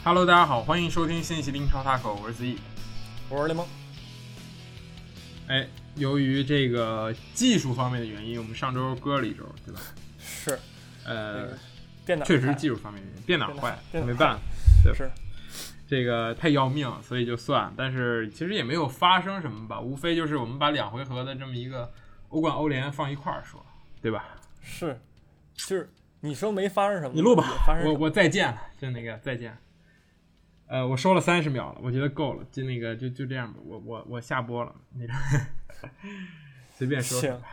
Hello， 大家好，欢迎收听新一期的英超 Taco， 我是子毅， 我是雷蒙。 由于这个技术方面的原因，我们上周搁了一周，对吧？ 是， 电脑确实是技术方面的原因，电脑坏，没办法，对， 是这个太要命了，所以就算。但是其实也没有发生什么吧，无非就是我们把2回合的这么一个欧冠、欧联放一块儿说，对吧？ 是，就是你说没发生什么， 你录吧，我再见了，就那个再见。我收了30秒了，我觉得够了，就那个就这样吧，我下播了，那个随便说。 行，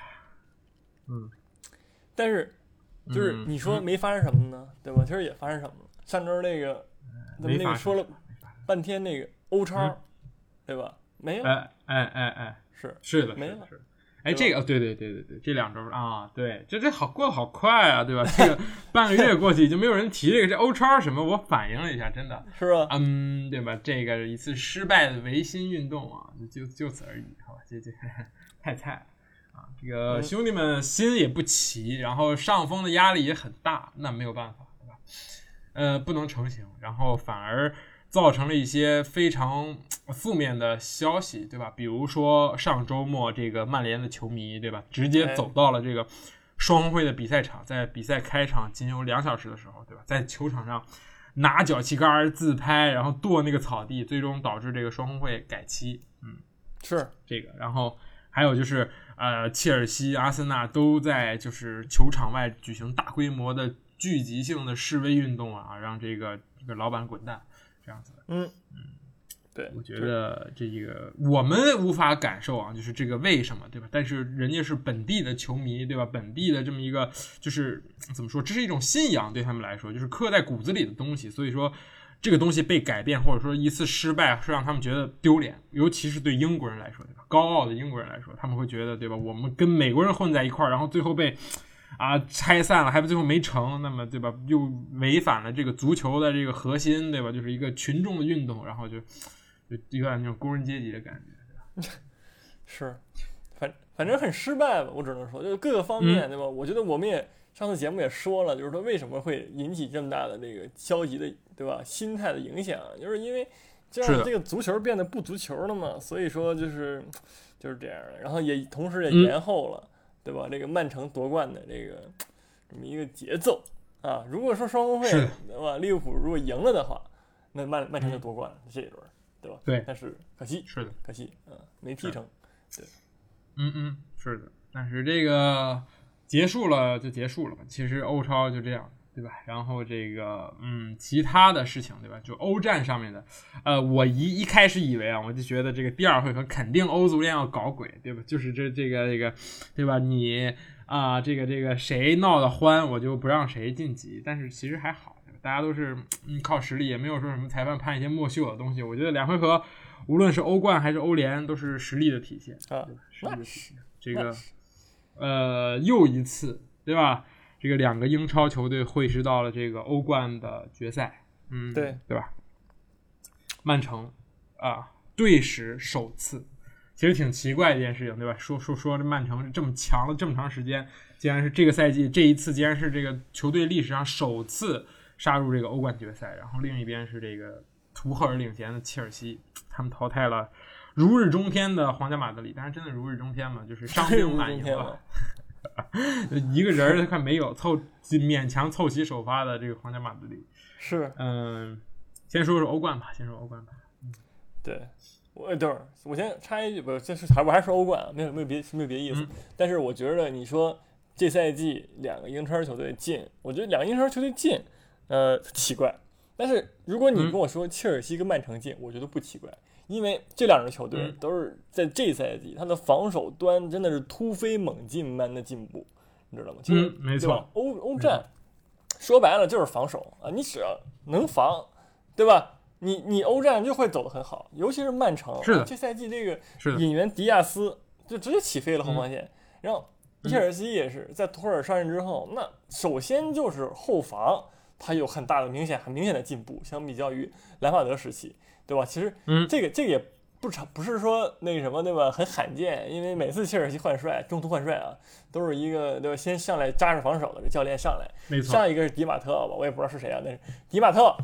但是就是你说没发生什么呢，对吧？其实也发生什么了。上周那个咱们那个说了半天那个欧超，对吧？没有。是的， 没了。这个对，这2周啊，对，这好过得好快啊，对吧？这个半个月过去，已经没有人提这个这欧超什么，我反应了一下，真的是吧？ 对吧？这个一次失败的维新运动啊，就此而已，好吧？这太菜了啊！这个兄弟们心也不齐，然后上风的压力也很大，那没有办法，对吧？不能成型，然后反而造成了一些非常负面的消息，对吧？比如说上周末这个曼联的球迷，对吧？直接走到了这个双红会的比赛场，在比赛开场仅有2小时的时候，对吧？在球场上拿脚气杆自拍，然后跺那个草地，最终导致这个双红会改期。 是这个。然后还有就是切尔西、阿森纳都在就是球场外举行大规模的聚集性的示威运动啊，让这个老板滚蛋。这样子的， 对， 我觉得这个我们无法感受啊，就是这个为什么，对吧？但是人家是本地的球迷，对吧？本地的这么一个，就是怎么说，这是一种信仰，对他们来说，就是刻在骨子里的东西。所以说，这个东西被改变，或者说一次失败，是让他们觉得丢脸，尤其是对英国人来说，对吧？高傲的英国人来说，他们会觉得，对吧？我们跟美国人混在一块儿，然后最后被拆散了，还最后没成，那么对吧？又违反了这个足球的这个核心，对吧？就是一个群众的运动，然后就有点那种工人阶级的感觉，对吧？ 是，反正很失败吧，我只能说，就是各个方面，对吧？我觉得我们也上次节目也说了，就是说为什么会引起这么大的这个消极的，对吧？心态的影响，就是因为这样这个足球变得不足球了嘛，所以说就是这样的，然后也同时也延后了。对吧？这个曼城夺冠的这么一个节奏啊，如果说双红会对吧，利物浦如果赢了的话，那曼城就夺冠了这一轮，对吧？ 对， 但是可惜， 是的， 可惜没踢成。对， 是的，但是这个结束了就结束了吧。其实欧超就这样，对吧？然后这个其他的事情，对吧？就欧战上面的，我一开始以为啊，我就觉得这个第2回合肯定欧足联要搞鬼，对吧？就是这个，对吧？你这个谁闹得欢，我就不让谁晋级。但是其实还好，对吧？大家都是靠实力，也没有说什么裁判判一些莫须有的东西。我觉得2回合，无论是欧冠还是欧联，都是实力的体现啊，实力的体现。这个又一次，对吧？这个2个英超球队会师到了这个欧冠的决赛，对吧？曼城队史首次，其实挺奇怪的一件事情，对吧？说这曼城这么强了这么长时间，竟然是这个赛季这一次，竟然是这个球队历史上首次杀入这个欧冠决赛。然后另一边是这个图赫尔领衔的切尔西，他们淘汰了如日中天的皇家马德里。但是真的如日中天嘛，就是伤兵满营了。一个人他快没有，勉强凑齐首发的这个皇家马德里是先说欧冠吧， 对，等会儿我先插一句，不是，我还是说欧冠，没有别意思。但是我觉得你说这赛季2个英超球队进，我觉得2个英超球队进，奇怪。但是如果你跟我说切尔西跟曼城进，我觉得不奇怪。因为这2支球队都是在这赛季，他的防守端真的是突飞猛进般的进步，你知道吗？就是没错， 欧战说白了就是防守啊，你只要能防，对吧？你欧战就会走得很好，尤其是曼城，这赛季这个引援迪亚斯就直接起飞了后防线，然后切尔西也是在图赫尔上任之后，那首先就是后防，它有很明显的进步，相比较于兰帕德时期。对吧？其实这个也不是说那个什么，对吧？很罕见，因为每次切尔西换帅，中途换帅啊，都是一个对吧？先上来扎实防守的这教练上来， 没错。 上一个是迪马特吧，我也不知道是谁啊，那是迪马特，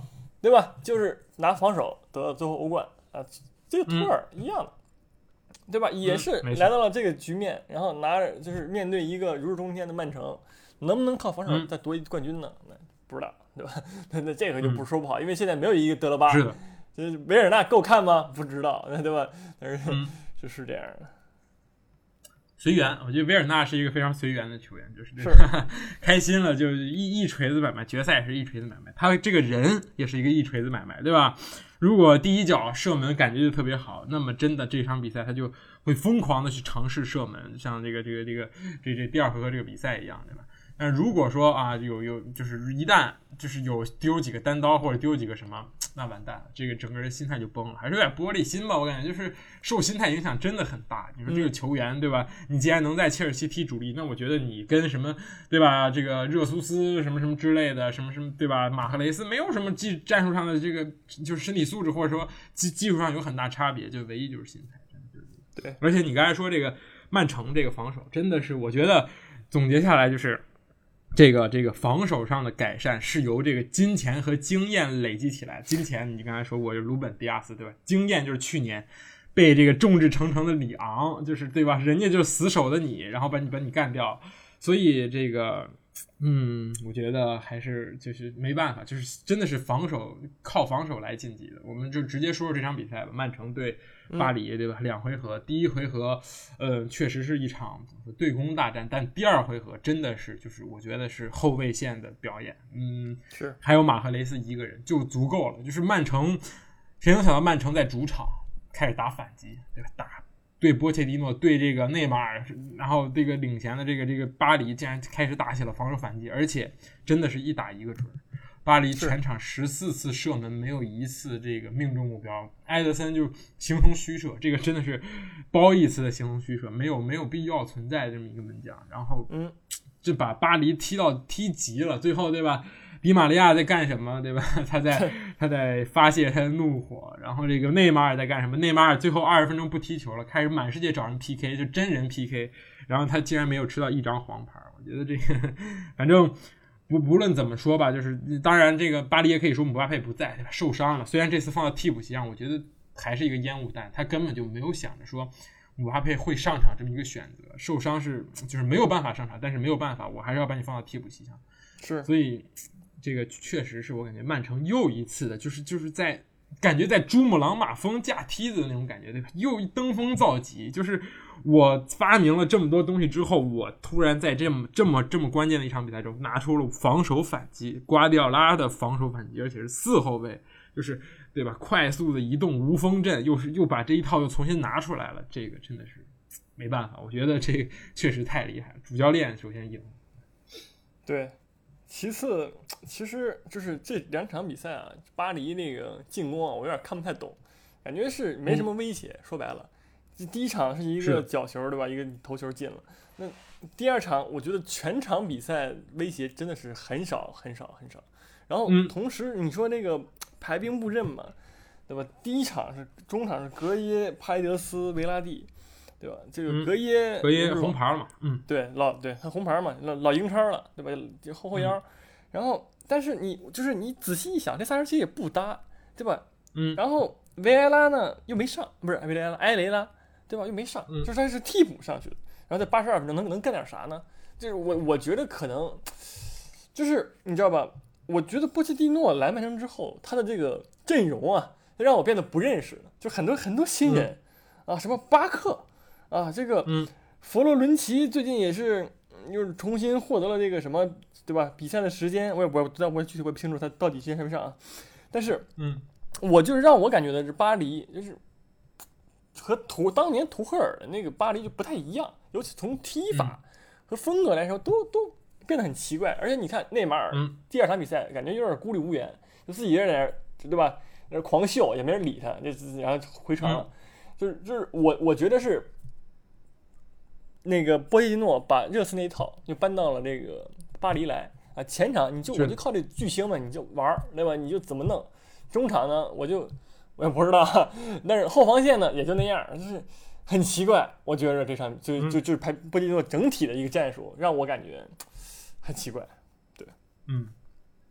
对吧？就是拿防守得到最后欧冠啊，这个图尔一样的。对吧？也是来到了这个局面，然后就是面对一个如日中天的曼城，能不能靠防守再夺一冠军呢？那不知道，对吧？那这个就不说不好，因为现在没有一个德罗巴， 是的， 就是维尔纳够看吗？不知道，对吧？但是就是这样的。 随缘，我觉得维尔纳是一个非常随缘的球员，就是开心了就一锤子买卖，决赛也是一锤子买卖，他这个人也是一个一锤子买卖，对吧？如果第一脚射门感觉就特别好，那么真的这场比赛他就会疯狂的去尝试射门，像这第二回合这个比赛一样，对吧？但如果说啊有就是一旦就是有丢几个单刀或者丢几个什么，那完蛋了，这个整个人心态就崩了，还是有点玻璃心吧，我感觉就是受心态影响真的很大。你说这个球员对吧？你既然能在切尔西踢主力，那我觉得你跟什么对吧？这个热苏斯什么什么之类的，什么对吧？马赫雷斯没有什么战术上的这个就是身体素质或者说技术上有很大差别，就唯一就是心态，真的就是对。 而且你刚才说这个曼城这个防守，真的是我觉得总结下来就是。这个防守上的改善是由这个金钱和经验累积起来。金钱你刚才说过，就鲁本迪亚斯对吧？经验就是去年被这个众志成城的里昂，就是对吧？人家就是死守的你，然后把你干掉。所以这个我觉得还是就是没办法，就是真的是靠防守来晋级的。我们就直接说说这场比赛吧，曼城对巴黎，对吧？2回合，第一回合确实是一场对攻大战，但第二回合真的是就是我觉得是后卫线的表演， 是还有马赫雷斯一个人就足够了。就是曼城，谁能想到曼城在主场开始打反击，对吧？对波切蒂诺，对这个内马尔，然后这个领衔的这个巴黎竟然开始打起了防守反击，而且真的是一打一个准。巴黎全场14次射门，没有一次这个命中目标。埃德森就形同虚设，这个真的是褒义词的形同虚设，没有必要存在这么一个门将。然后就把巴黎踢急了，最后对吧？迪玛利亚在干什么，对吧？他在发泄他的怒火，然后这个内马尔在干什么？内马尔最后20分钟不踢球了，开始满世界找人 PK， 就真人 PK， 然后他竟然没有吃到一张黄牌。我觉得这个反正不论怎么说吧，就是当然这个巴黎也可以说姆巴佩不在，对吧？受伤了，虽然这次放到替补席上，我觉得还是一个烟雾弹，他根本就没有想着说姆巴佩会上场这么一个选择，受伤就是没有办法上场，但是没有办法，我还是要把你放到替补席上， 是， 所以。这个确实是我感觉曼城又一次的，就是在感觉在珠穆朗玛峰架梯子的那种感觉，对吧？又登峰造极，就是我发明了这么多东西之后，我突然在这么关键的一场比赛中拿出了防守反击，瓜迪奥拉的防守反击，而且是4后卫，就是对吧？快速的移动无锋阵，又把这一套又重新拿出来了，这个真的是没办法，我觉得这个确实太厉害了。主教练首先赢， 对。其次，其实就是这2场比赛啊，巴黎那个进攻啊，我有点看不太懂，感觉是没什么威胁。说白了，第一场是一个角球，对吧？一个头球进了。那第2场，我觉得全场比赛威胁真的是很少。然后同时你说那个排兵布阵嘛，对吧？第一场是中场是格耶、帕雷德斯、维拉蒂。对吧？这个格耶红牌了嘛？ 对，他红牌嘛，老英超了，对吧？后腰，然后但是你仔细一想，这3人其实也不搭，对吧？然后维埃拉呢又没上，不是维埃拉，埃雷拉，对吧？又没上，就是他是替补上去的，然后在82分钟能干点啥呢？就是我觉得可能就是你知道吧？我觉得波切蒂诺来曼城之后，他的这个阵容啊，让我变得不认识了，就很多新人啊，什么巴克。啊，这个佛罗伦齐最近也是又重新获得了这个什么，对吧？比赛的时间我也不知道，我具体我也不清楚他到底时间上没上啊。但是我就是让我感觉的是巴黎就是和当年图赫尔的那个巴黎就不太一样，尤其从踢法和风格来说都变得很奇怪。而且你看内马尔第2场比赛感觉有点孤立无援，就自己一个人在那，对吧？那狂笑也没人理他，然后回传了。就是我觉得是。那个波切蒂诺把热刺那一套就搬到了这个巴黎来啊，前场我就靠这巨星嘛，你就玩，对吧？你就怎么弄？中场呢，我也不知道，但是后防线呢也就那样，就是很奇怪。我觉得这场就是排波切蒂诺整体的一个战术让我感觉很奇怪。对，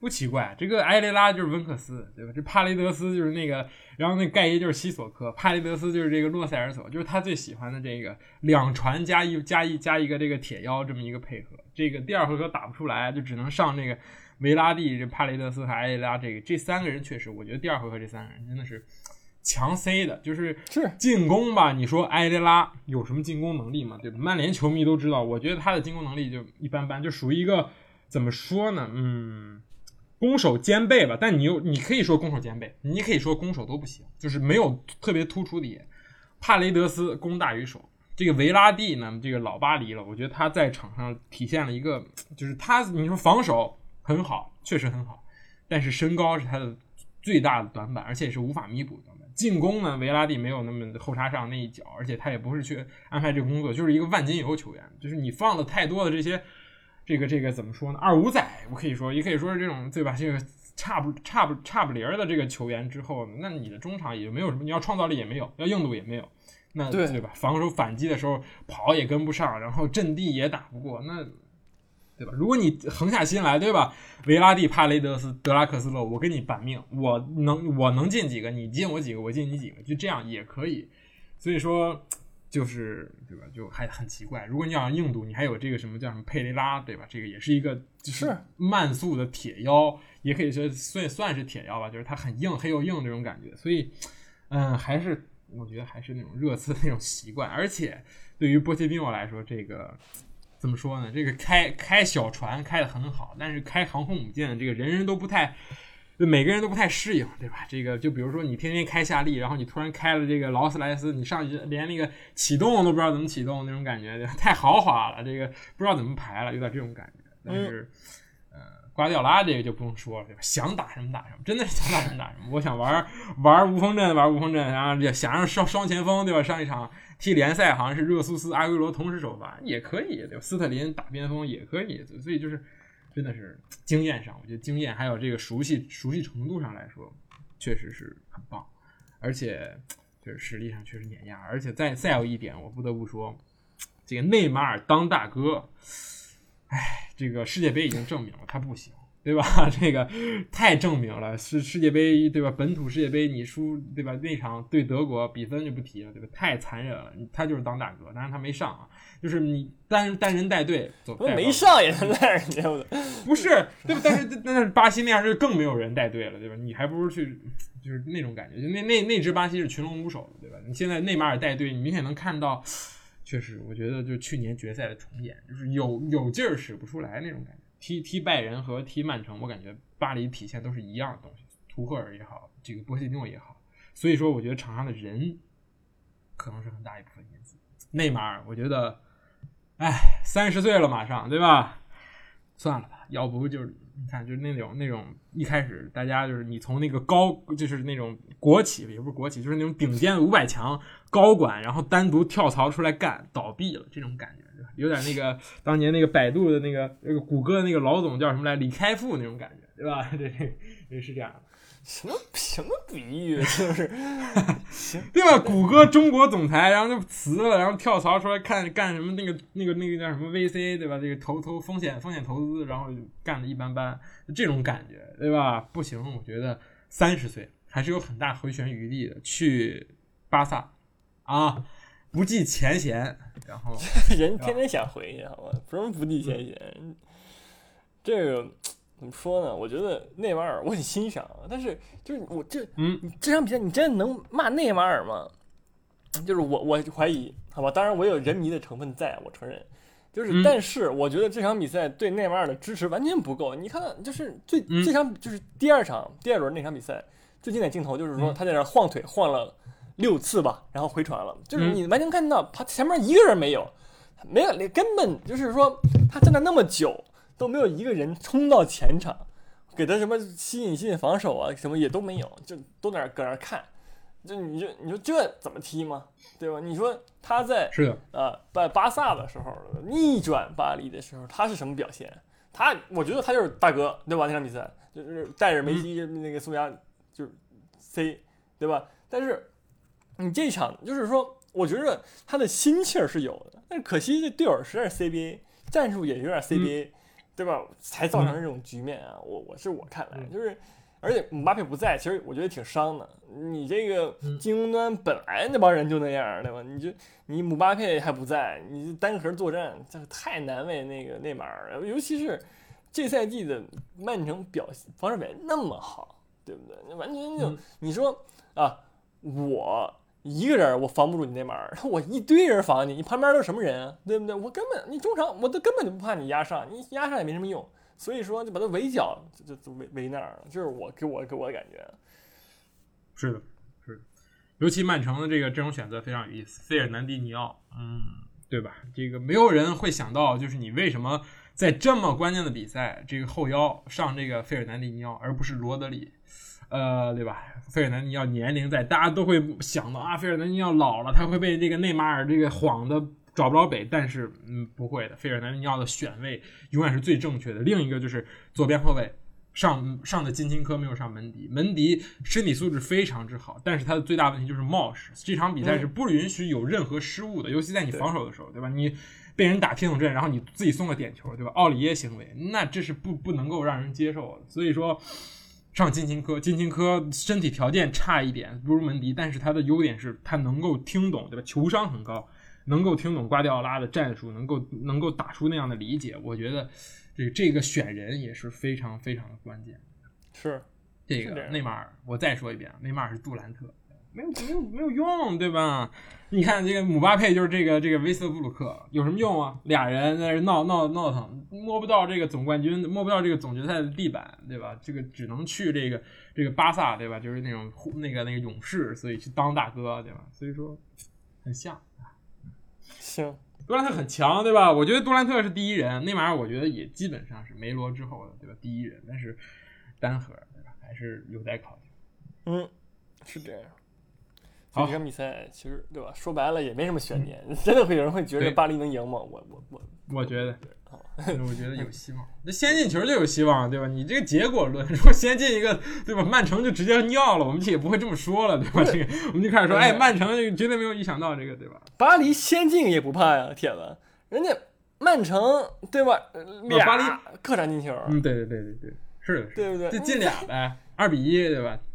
不奇怪，这个埃雷拉就是温克斯，对吧？这帕雷德斯就是那个，然后那盖伊就是西索科，帕雷德斯就是这个洛塞尔索，就是他最喜欢的这个两传加一个这个铁腰这么一个配合。这个第二回合打不出来，就只能上这个维拉蒂、这帕雷德斯和埃雷拉这三个人，确实，我觉得第二回合这三个人真的是强 C 的，就是进攻吧。你说埃雷拉有什么进攻能力吗？对吧？曼联球迷都知道，我觉得他的进攻能力就一般般，就属于一个怎么说呢？攻守兼备吧，但你可以说攻守兼备，你可以说攻守都不行，就是没有特别突出的也。帕雷德斯攻大于守，这个维拉蒂呢，这个老巴黎了，我觉得他在场上体现了一个，就是你说防守很好，确实很好，但是身高是他的最大的短板，而且是无法弥补的短板。进攻呢，维拉蒂没有那么后插上那一脚，而且他也不是去安排这个工作，就是一个万金油球员，就是你放了太多的这些。这个怎么说呢？二五仔，也可以说是这种，对吧？这个差不离的这个球员之后，那你的中场也没有什么，你要创造力也没有，要硬度也没有，那 对吧？防守反击的时候跑也跟不上，然后阵地也打不过，那对吧？如果你横下心来，对吧？维拉蒂、帕雷德斯、德拉克斯勒，我跟你板命，我能进几个，你进我几个，我进你几个，就这样也可以。所以说。就是对吧？就还很奇怪。如果你要硬度，你还有这个什么叫什么佩雷拉，对吧？这个也是一个就是慢速的铁腰，也可以说算是铁腰吧，就是它很硬，黑又硬这种感觉。所以，还是我觉得还是那种热刺的那种习惯。而且对于波切蒂诺来说，这个怎么说呢？这个开小船开得很好，但是开航空母舰的这个人都不太。每个人都不太适应，对吧？这个就比如说你天天开夏利，然后你突然开了这个劳斯莱斯，你上去连那个启动都不知道怎么启动，那种感觉太豪华了，这个不知道怎么排了，有点这种感觉。但是，瓜迪奥拉这个就不用说了，对吧？想打什么打什么，真的是想打什么打什么。我想玩无锋阵，然后想让双前锋，对吧？上一场踢联赛好像是热苏斯、阿圭罗同时首发也可以，对吧？斯特林打边锋也可以，所以就是。真的是经验上，我觉得经验还有这个熟悉程度上来说，确实是很棒，而且就是实力上确实碾压。而且再有一点，我不得不说，这个内马尔当大哥，这个世界杯已经证明了他不行，对吧？这个太证明了，是世界杯对吧？本土世界杯你输对吧？那场对德国比分就不提了，对吧？太残忍了，他就是当大哥，当然他没上啊。就是你单人带队走， 没上也能带人家的， 不是对吧？但是巴西那样是更没有人带队了，对吧？你还不如去，就是那种感觉，就那支巴西是群龙无首的，对吧？你现在内马尔带队，你明显能看到，确实，我觉得就去年决赛的重演，就是有劲儿使不出来那种感觉。踢拜仁和踢曼城，我感觉巴黎体现都是一样的东西，图赫尔也好，这个波切蒂诺也好，所以说我觉得场上的人可能是很大一部分因素。内马尔，我觉得。30岁了马上，对吧？算了吧，要不就是你看，就是那种一开始大家就是你从那个就是那种国企，也不是国企，就是那种顶尖的500强高管，然后单独跳槽出来干，倒闭了这种感觉，有点那个当年那个百度的那个谷歌的那个老总叫什么来，李开复那种感觉，对吧？这是这样的。 什么比喻，就是对吧？谷歌中国总裁，然后就辞了，然后跳槽出来干什么那个叫什么 VC， 对吧？这个投风险投资，然后就干的一般般，这种感觉，对吧？不行，我觉得30岁还是有很大回旋余地的。去巴萨啊，不计前嫌，然后人天天想回去，好吧？什么不计前嫌？这个。怎么说呢？我觉得内马尔我很欣赏，但是就是这场比赛你真的能骂内马尔吗？就是我怀疑，好吧？当然我有人迷的成分在，我承认，但是我觉得这场比赛对内马尔的支持完全不够。你看，就是这场就是第二轮那场比赛最经典镜头，就是说他在那晃腿晃了6次吧，然后回传了，就是你完全看到他前面一个人没有，根本就是说他站了那么久。都没有一个人冲到前场，给他什么吸引性防守啊，什么也都没有，就都搁那儿看。就你说这怎么踢吗？对吧？你说他在在巴萨的时候逆转巴黎的时候，他是什么表现？我觉得他就是大哥，对吧？那场比赛就是带着梅西那个苏亚就是 C， 对吧？但是你这场就是说，我觉得他的心气儿是有的，但是可惜这队友实在是 CBA， 战术也有点 CBA。 对吧？才造成这种局面啊！我看来就是，而且姆巴佩不在，其实我觉得挺伤的。你这个进攻端本来那帮人就那样，对吧？你姆巴佩还不在，你单核作战，这太难为那个内马尔，尤其是这赛季的曼城防守表现那么好，对不对？完全就你说啊，我一个人我防不住你内马尔，我一堆人防你，你旁边都是什么人啊？对不对？我根本你中场我都根本就不怕你压上，你压上也没什么用，所以说就把他围剿，就围那儿了，就是给我的感觉。 是的，尤其曼城的这个阵容选择非常有意思，费尔南迪尼奥，对吧？这个没有人会想到，就是你为什么在这么关键的比赛，这个后腰上这个费尔南迪尼奥，而不是罗德里。对吧？费尔南迪奥年龄在，大家都会想到啊，费尔南迪奥老了，他会被这个内马尔这个晃的找不着北，但是不会的，费尔南迪奥的选位永远是最正确的。另一个就是左边后卫上的金琴科没有上门迪身体素质非常之好，但是他的最大问题就是冒失，这场比赛是不允许有任何失误的，尤其在你防守的时候，对吧？你被人打铁桶阵，然后你自己送个点球，对吧？奥里耶行为，那这是不能够让人接受的，所以说。上金琴科身体条件差一点，不如门迪，但是他的优点是他能够听懂，对吧？球商很高，能够听懂瓜迪奥拉的战术，能够打出那样的理解。我觉得这个选人也是非常非常的关键。 是这个内马尔，我再说一遍，内马尔是杜兰特，没有用，对吧？你看这个姆巴佩就是这个威斯特布鲁克有什么用啊？俩人在那闹腾，摸不到这个总冠军，摸不到这个总决赛的地板，对吧？这个只能去这个巴萨，对吧？就是那种那个勇士，所以去当大哥，对吧？所以说很像。 行， 杜兰特很强，对吧？我觉得杜兰特是第一人，内马尔我觉得也基本上是梅罗之后的，对吧？第一人，但是单核，对吧？还是有待考虑。是这样。这场比赛其实对吧？说白了也没什么悬念，真的会有人会觉得巴黎能赢吗？ 我觉得，我觉得有希望。那先进球就有希望，对吧？你这个结果论，如果先进一个，对吧？曼城就直接尿了，我们也不会这么说了，对吧？这个我们就开始说，哎，曼城绝对没有意想到这个，对吧？ 巴黎先进也不怕呀，铁子，人家曼城对吧？ 巴黎客场进球， 对，是的， 对不对？ 就进俩呗，2-1，对吧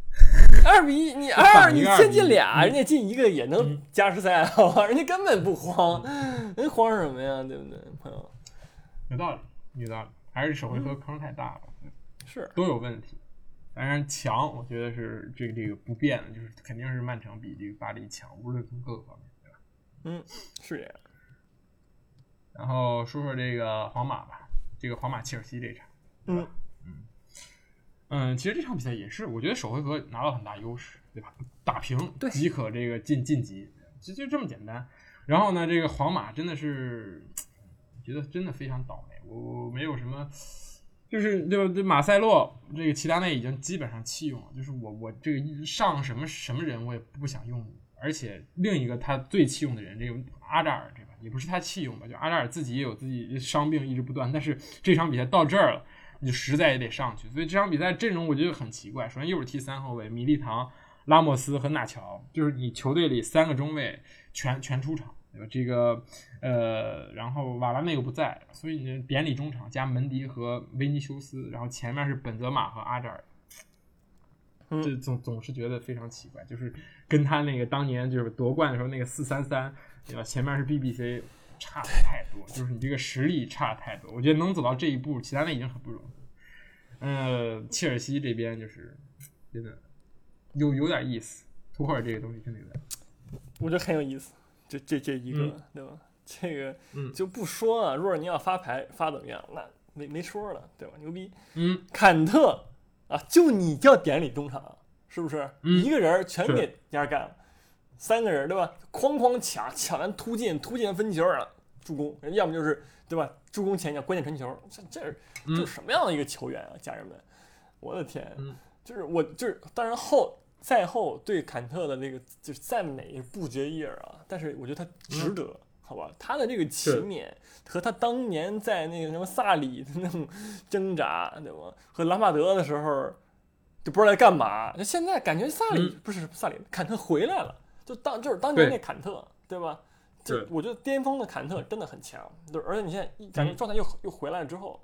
？2-1，你先进俩，人家进一个也能加时赛，好吧？人家根本不慌，人慌什么呀？对不对，朋友？ 有道理，还是首回合坑太大了， 是都有问题。当然强，我觉得是这个不变的，就是肯定是曼城比这个巴黎强，无论从各个方面，对吧？是这样。 然后说说这个皇马吧，这个皇马切尔西这场，对吧？其实这场比赛也是，我觉得首回合拿到很大优势，对吧？打平即可这个晋级，就这么简单。然后呢，这个皇马真的是，我觉得真的非常倒霉。我没有什么，就是对吧？这马塞洛这个齐达内已经基本上弃用了，就是我这个上什么人我也不想用你。而且另一个他最弃用的人，这个阿扎尔，对吧？也不是他弃用吧，就阿扎尔自己也有自己伤病一直不断，但是这场比赛到这儿了。你就实在也得上去，所以这场比赛阵容我觉得很奇怪。首先又是踢3后卫，米利唐、拉莫斯和纳乔，就是你球队里3个中卫全出场，对吧？这个然后瓦拉内又不在，所以你典礼中场加门迪和维尼修斯，然后前面是本泽马和阿扎尔，这总是觉得非常奇怪，就是跟他那个当年就是夺冠的时候那个4-3-3，对吧？前面是 BBC。差的太多，就是你这个实力差的太多。我觉得能走到这一步，其他的已经很不容易。切尔西这边就是真的有点意思，图赫尔这个东西真的有点， 我觉得很有意思。这一个、对吧？这个就不说啊，若尔尼奥发牌发怎么样，那没说了，对吧？牛逼。坎特啊，就你叫典礼中场，是不是？一个人全给人家干了。3个人对吧？哐抢完突进分球了，助攻，要么就是对吧？助攻前脚关键传球，这是什么样的一个球员啊，家人们！我的天，就是当然赛后对坎特的那个就是赞美不绝于耳啊，但是我觉得他值得，好吧？他的这个勤勉和他当年在那个什么萨里的那种挣扎，对吧？和兰帕德的时候就不知道在干嘛，那现在感觉不是萨里，坎特回来了。就是当年那坎特，对吧？就我觉得巅峰的坎特真的很强，而且你现在感觉状态又回来了之后，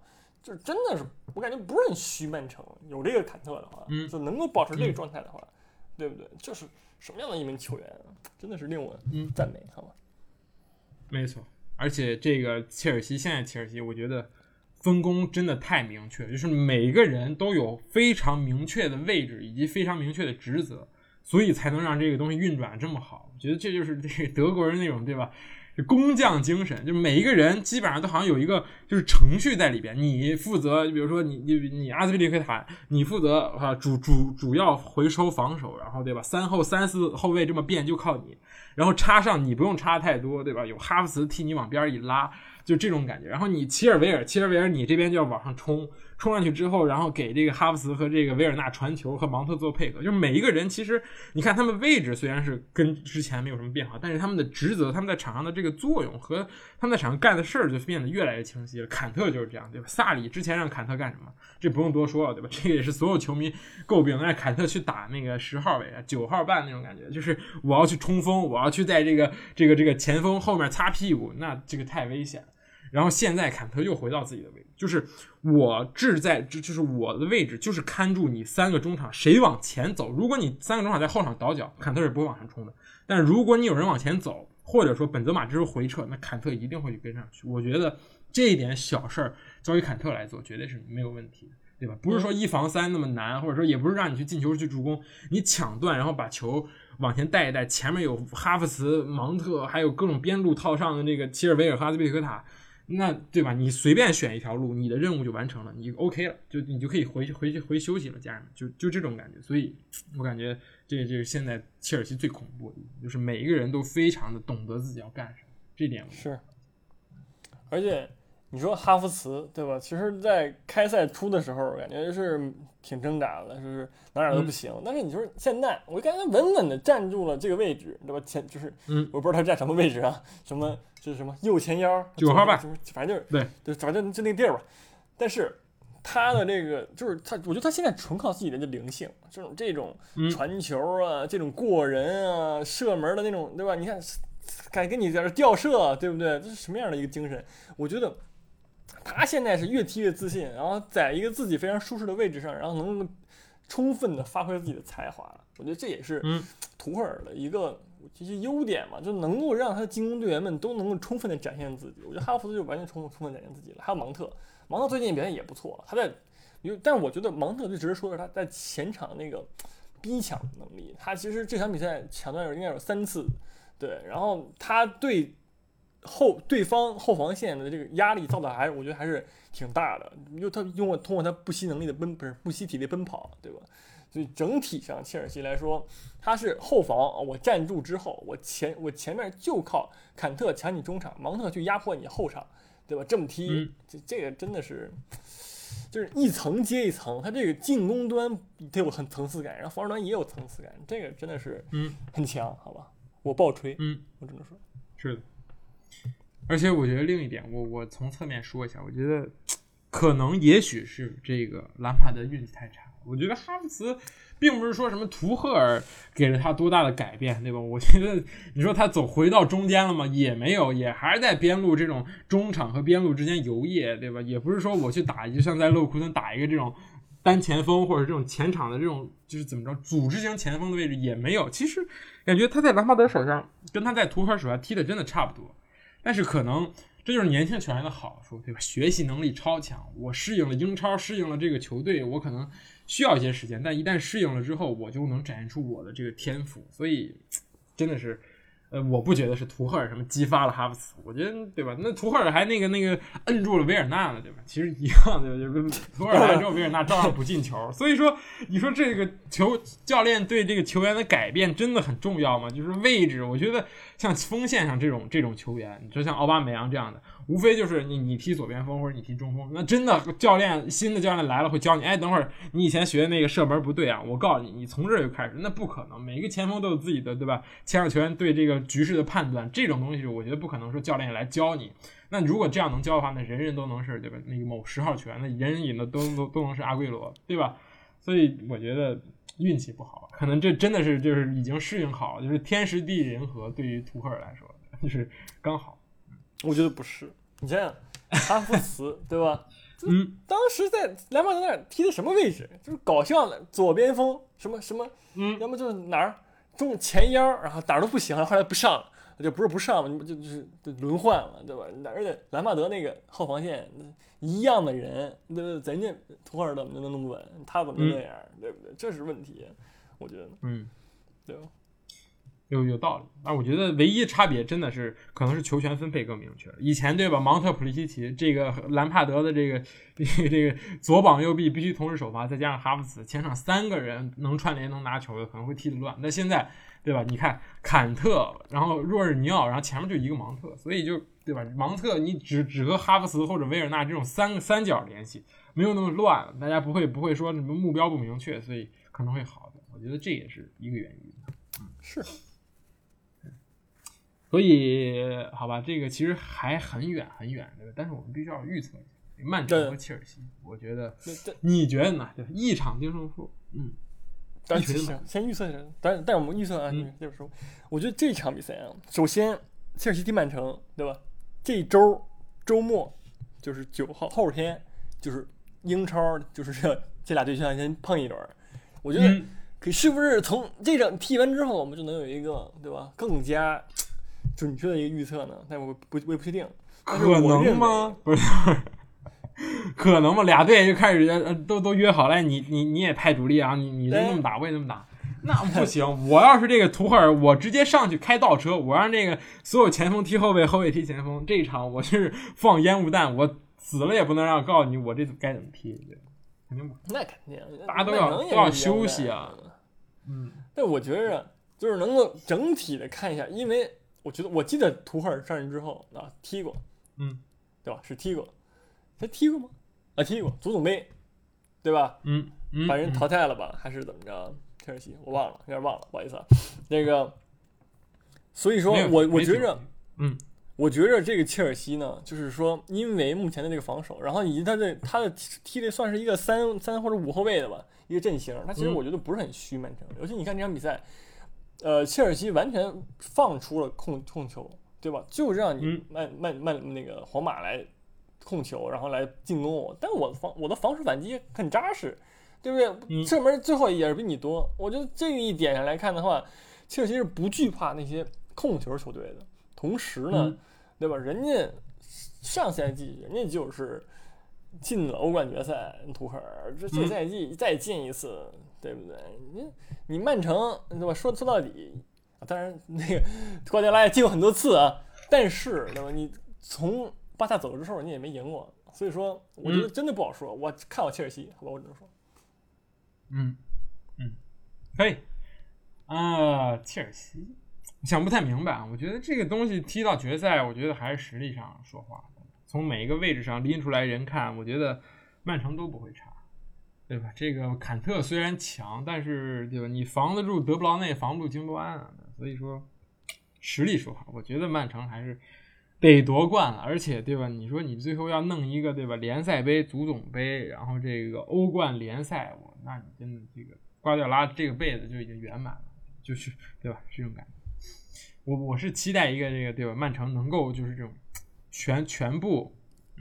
就是真的是我感觉不是很虚。曼城有这个坎特的话，就能够保持这个状态的话，对不对？就是什么样的一名球员，真的是令我赞美，好吗？ 没错，而且这个切尔西现在切尔西，我觉得分工真的太明确，就是每个人都有非常明确的位置以及非常明确的职责，所以才能让这个东西运转这么好。我觉得这就是这个德国人那种，对吧？工匠精神，就每一个人基本上都好像有一个就是程序在里边。你负责，比如说你阿兹皮利克塔，你负责主要回收防守，然后对吧？3后3、4后卫这么变就靠你，然后插上你不用插太多，对吧？有哈弗茨替你往边一拉，就这种感觉。然后你齐尔维尔你这边就要往上冲上去之后，然后给这个哈弗茨和这个维尔纳传球和芒特做配合。就是每一个人其实你看他们位置虽然是跟之前没有什么变化，但是他们的职责，他们在场上的这个作用和他们在场上干的事儿就变得越来越清晰了。坎特就是这样，对吧？萨里之前让坎特干什么，这不用多说了，对吧？这个也是所有球迷诟病，让坎特去打那个10号位9号半那种感觉，就是我要去冲锋，我要去在这个前锋后面擦屁股，那这个太危险了。然后现在坎特又回到自己的位置，就是就是我的位置就是看住你3个中场谁往前走。如果你3个中场在后场倒脚，坎特是不会往上冲的。但如果你有人往前走，或者说本泽马这时候回撤，那坎特一定会去跟上去。我觉得这一点小事儿交给坎特来做，绝对是没有问题的，对吧？不是说1防3那么难，或者说也不是让你去进球去助攻，你抢断然后把球往前带一带，前面有哈弗茨、芒特，还有各种边路套上的这个齐尔维尔、哈兹贝克塔。那对吧？你随便选一条路，你的任务就完成了，你 OK 了，你就可以回休息了，家人们，就这种感觉。所以我感觉这是现在切尔西最恐怖的，就是每一个人都非常的懂得自己要干什么，这点是。而且你说哈弗茨对吧？其实，在开赛初的时候，感觉是挺挣扎的，就是哪都不行。但是你说现在，我感觉他稳稳的站住了这个位置，对吧？就是我不知道他站什么位置啊，什么就是什么右前腰 9号吧， 反正就是对，反正就那个地儿吧。但是他的这个就是他，我觉得他现在纯靠自己的灵性，这种传球啊，这种过人啊，射门的那种，对吧？你看，敢跟你在这吊射，对不对？这是什么样的一个精神？我觉得他现在是越踢越自信，然后在一个自己非常舒适的位置上，然后能够充分的发挥自己的才华。我觉得这也是图赫尔的一个这些优点嘛，就能够让他的进攻队员们都能够充分的展现自己。我觉得哈弗茨就完全充分展现自己了。还有芒特最近表现也不错，但我觉得芒特最值得说的是他在前场那个逼抢能力。他其实这场比赛抢断应该有3次，对，然后他对方后防线的这个压力造的我觉得还是挺大的，他通过他不惜体力奔跑，对吧？所以整体上切尔西来说，他是后防我站住之后，我前面就靠坎特抢你中场，芒特去压迫你后场，对吧？这么踢，这个真的是就是一层接一层，他这个进攻端它有很层次感，然后防守端也有层次感，这个真的是很强，好吧？我爆吹，我只能说是的。而且我觉得另一点，我从侧面说一下，我觉得可能也许是这个兰帕德运气太差。我觉得哈弗茨并不是说什么图赫尔给了他多大的改变，对吧？我觉得你说他回到中间了吗？也没有，也还是在边路这种中场和边路之间游曳，对吧？也不是说我去打，就像在勒库森打一个这种单前锋或者这种前场的这种就是怎么着组织型前锋的位置也没有。其实感觉他在兰帕德手上跟他在图赫尔手下踢的真的差不多，但是可能这就是年轻球员的好处，对吧？学习能力超强，我适应了英超，适应了这个球队，我可能需要一些时间，但一旦适应了之后，我就能展现出我的这个天赋。所以真的是我不觉得是图赫尔什么激发了哈弗茨，我觉得对吧？那图赫尔还那个摁住了维尔纳呢，对吧？其实一样的，就是图赫尔来之后，维尔纳照样不进球。所以说，你说这个教练对这个球员的改变真的很重要吗？就是位置，我觉得像锋线上这种球员，你说像奥巴梅扬这样的，无非就是你踢左边锋或者你踢中锋，那真的新的教练来了会教你，哎，等会儿你以前学的那个射门不对啊，我告诉你，你从这就开始，那不可能，每个前锋都有自己的，对吧？前场球员对这个局势的判断，这种东西我觉得不可能说教练来教你。那如果这样能教的话，那人人都能是，对吧？那个某10号球员，那人人引的都能是阿圭罗，对吧？所以我觉得运气不好，可能这真的是就是已经适应好了，就是天时地利人和，对于图赫尔来说就是刚好。 我觉得不是，你想想哈弗茨对吧？ 当时在兰帕德那儿踢的什么位置？就是搞笑的左边锋，什么，要么就是哪儿中前腰，然后哪儿都不行，后来不上了，就不是不上嘛，就是轮换了，对吧？而且兰帕德那个后防线一样的人，对不对？人家图赫尔怎么能那么稳，他怎么那样，对不对？这是问题，我觉得，对吧？ 有道理，我觉得唯一差别真的是可能是球权分配更明确。以前对吧，芒特、普利西奇这个兰帕德的这个左膀右臂必须同时首发，再加上哈弗茨，前场3个人能串联能拿球的可能会踢得乱。那现在对吧，你看坎特，然后若尔尼奥，然后前面就一个芒特，所以就对吧，芒特你只和哈弗茨或者维尔纳这种三角联系，没有那么乱，大家不会说什么目标不明确，所以可能会好的。我觉得这也是一个原因。 是。 所以，好吧，这个其实还很远很远，对吧？但是我们必须要预测一下曼城和切尔西。我觉得，你觉得呢？一场定胜负， 但行，先预测一下。但我们预测啊，就是说，我觉得这场比赛啊，首先切尔西踢曼城，对吧？这周末就是9号，后天就是英超，就是这俩对象先碰一轮。我觉得，是不是从这场踢完之后，我们就能有一个，对吧？更加准确的一个预测呢？但我不确定， 可能吗？不是，可能吗？俩队就开始都约好了，你也派主力啊，你就那么打，我也那么打，那不行。我要是这个图赫尔，我直接上去开倒车，我让这个所有前锋踢后卫，后卫踢前锋。这一场我是放烟雾弹，我死了也不能让告诉你我这该怎么踢，肯定不。 那肯定， 大家都要休息啊。 但我觉着就是能够整体的看一下，因为。我记得图赫尔上任之后啊踢过，对吧？是踢过，他踢过吗？踢过足总杯，对吧？把人淘汰了吧？还是怎么着？切尔西我忘了，有点忘了，不好意思啊。这个，所以说我觉着，我觉着这个切尔西呢，就是说，因为目前的这个防守，然后以及他的踢的算是一个3或者5后卫的吧一个阵型，他其实我觉得不是很虚曼城，尤其你看这场比赛。切尔西完全放出了控球，对吧？就让你那个皇马来控球，然后来进攻我。但我的防守反击很扎实，对不对？射门最后也是比你多。我觉得这一点上来看的话，切尔西是不惧怕那些控球球队的。同时呢，对吧？人家上赛季人家就是进了欧冠决赛，图赫尔这赛季再进一次。对不对？你曼城对吧？说到底，当然那个瓜迪奥拉也进过很多次啊，但是对吧？你从巴萨走了之后，你也没赢过，所以说我觉得真的不好说。我看好切尔西，好吧，我只能说， 可以切尔西想不太明白啊。我觉得这个东西踢到决赛，我觉得还是实力上说话。从每一个位置上拎出来人看，我觉得曼城都不会差。对吧？这个坎特虽然强，但是对吧？你防得住德布劳内，防不住京多安啊。所以说，实力说话，我觉得曼城还是得夺冠了。而且对吧？你说你最后要弄一个对吧？联赛杯、足总杯，然后这个欧冠联赛，那你真的这个瓜迪奥拉这个辈子就已经圆满了，就是对吧？这种感觉。我是期待一个这个对吧？曼城能够就是这种全部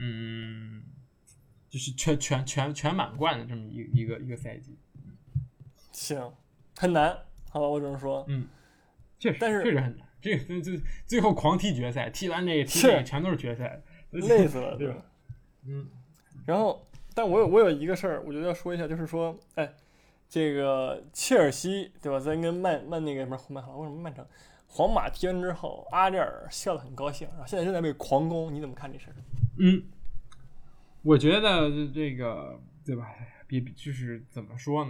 就是全满贯的这么一个赛季。 行，很难，好吧，我只能说， 确实很难。这最后狂踢决赛，踢完这个踢那个全都是决赛， 累死了，对吧？然后，但我有一个事儿，我觉得要说一下，就是说，这个切尔西对吧？咱跟曼城、皇马踢完之后，阿扎尔笑得很高兴，然后现在正在被狂攻，你怎么看这事儿？ 我觉得这个对吧？就是怎么说呢？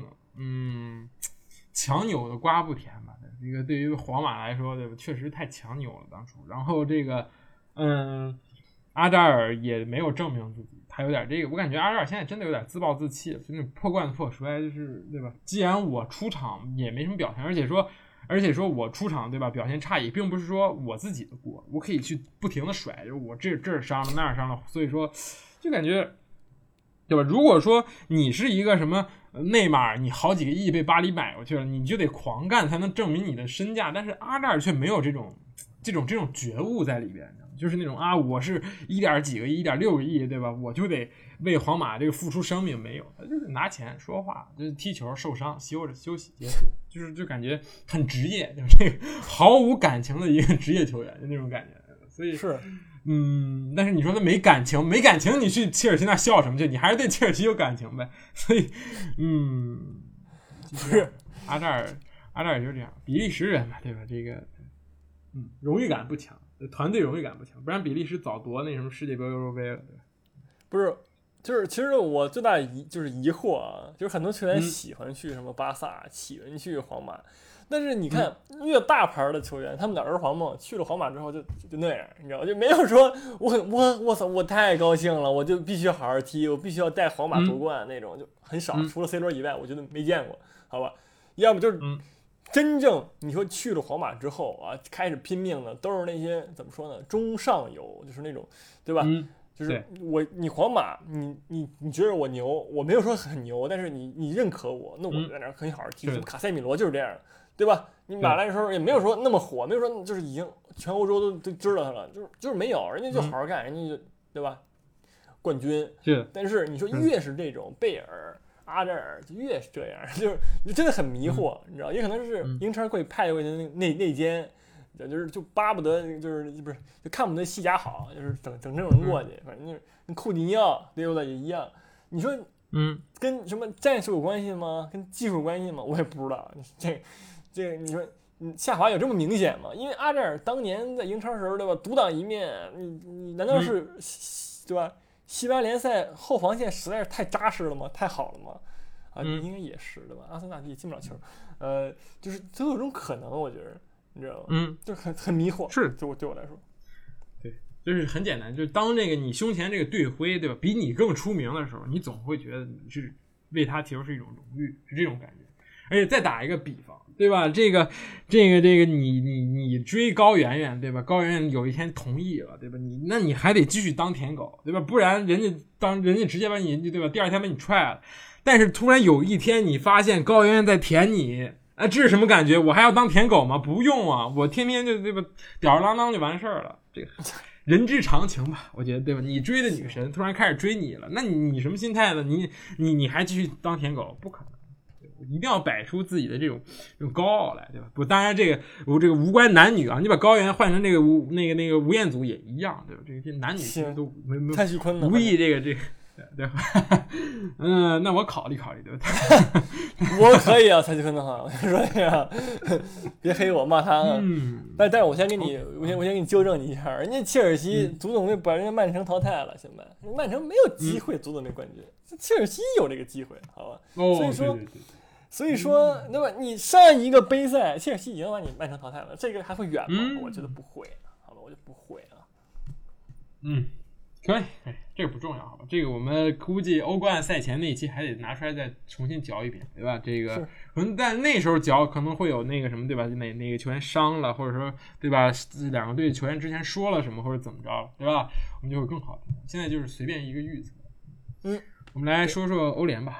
强扭的瓜不甜吧？这个对于皇马来说，对吧？确实太强扭了当初。然后这个，阿扎尔也没有证明自己，他有点这个，我感觉阿扎尔现在真的有点自暴自弃，就那种破罐子破摔，就是对吧？既然我出场也没什么表现，而且说我出场对吧？表现差也并不是说我自己的锅，我可以去不停的甩，就是我这儿伤了那儿伤了，所以说就感觉。对吧？如果说你是一个什么内马尔，你好几个亿被巴黎买过去了，你就得狂干才能证明你的身价。但是阿扎尔却没有这种觉悟在里边， 就是那种啊，我是1.几个亿、1.6个亿，对吧？我就得为皇马这个付出生命，没有，他就是拿钱说话，就是踢球受伤休息结束，就感觉很职业，就是这个毫无感情的一个职业球员就那种感觉。所以是， 但是你说他没感情，你去切尔西那笑什么去？你还是对切尔西有感情呗。所以， 是阿扎尔就是这样，比利时人嘛，对吧？这个，荣誉感不强，团队荣誉感不强，不然比利时早夺那什么世界杯、欧洲杯了，对吧？ 不是，就是其实我最大就是疑惑啊，就是很多球员喜欢去什么巴萨，喜欢去皇马。但是你看，越大牌的球员，他们的儿皇梦去了皇马之后就那样，你知道吗？就没有说我操，我太高兴了，我就必须好好踢，我必须要带皇马夺冠那种，就很少，除了 C 罗以外，我觉得没见过，好吧？要么就是真正你说去了皇马之后啊，开始拼命的都是那些怎么说呢，中上游，就是那种，对吧？就是你皇马，你觉得我牛，我没有说很牛，但是你认可我，那我在那很好好踢。卡塞米罗就是这样。对吧？你马兰的时候也没有说那么火，没有说就是已经全欧洲都知道他了，就是没有，人家就好好干，人家就对吧？冠军。 是。 但是你说越是这种贝尔、阿扎尔，就越是这样，就是真的很迷惑，你知道？也可能是英超会派过去的内奸，就巴不得不是就看不得西甲好，就是整这种人过去，反正就是跟库蒂尼奥对不对也一样。你说跟什么战术有关系吗？跟技术有关系吗？我也不知道。这个你说下滑有这么明显吗？因为阿扎尔当年在英超时候，对吧，独当一面，你难道是对吧？西班牙联赛后防线实在是太扎实了吗？太好了吗？啊，应该也是对吧？阿森纳也进不了球，就是都有这种可能，我觉得你知道吗？就很迷惑。 是， 对我来说， 对，就是很简单，就是当这个你胸前这个队徽，对吧，比你更出名的时候，你总会觉得你是为他踢球是一种荣誉，是这种感觉。而且再打一个比方，对吧？这个，你追高圆圆，对吧？高圆圆有一天同意了，对吧？那你还得继续当舔狗，对吧？不然人家直接把你，对吧？第二天把你踹了。但是突然有一天你发现高圆圆在舔你，这是什么感觉？我还要当舔狗吗？不用啊，我天天就对吧，吊儿郎当就完事儿了。这个人之常情吧，我觉得对吧？你追的女神突然开始追你了，那你什么心态呢？你还继续当舔狗？不可能。一定要摆出自己的这种高傲来，对吧？不，当然这个无关男女啊，你把高原换成那个吴彦祖也一样，对吧？这男女其实都没蔡徐坤无意这个对吧？那我考虑考虑，对吧？ 我可以啊，蔡徐坤的话，我说呀，别黑我骂他啊。但是我先给你，我先给你纠正你一下，人家切尔西足总杯把人家曼城淘汰了，行吧？曼城没有机会足总杯冠军，切尔西有这个机会，好吧？所以说。 对所以说，那么你上一个杯赛，切尔西已经把你曼城淘汰了，这个还会远吗？我觉得不会，好吧，我就不会啊。 可以，这个不重要，好吧？这个我们估计欧冠赛前那一期还得拿出来再重新嚼一遍，对吧？这个可能但那时候嚼可能会有那个什么，对吧？那个球员伤了，或者说对吧？两个队球员之前说了什么或者怎么着，对吧？我们就会更好。现在就是随便一个预测。我们来说说欧联吧，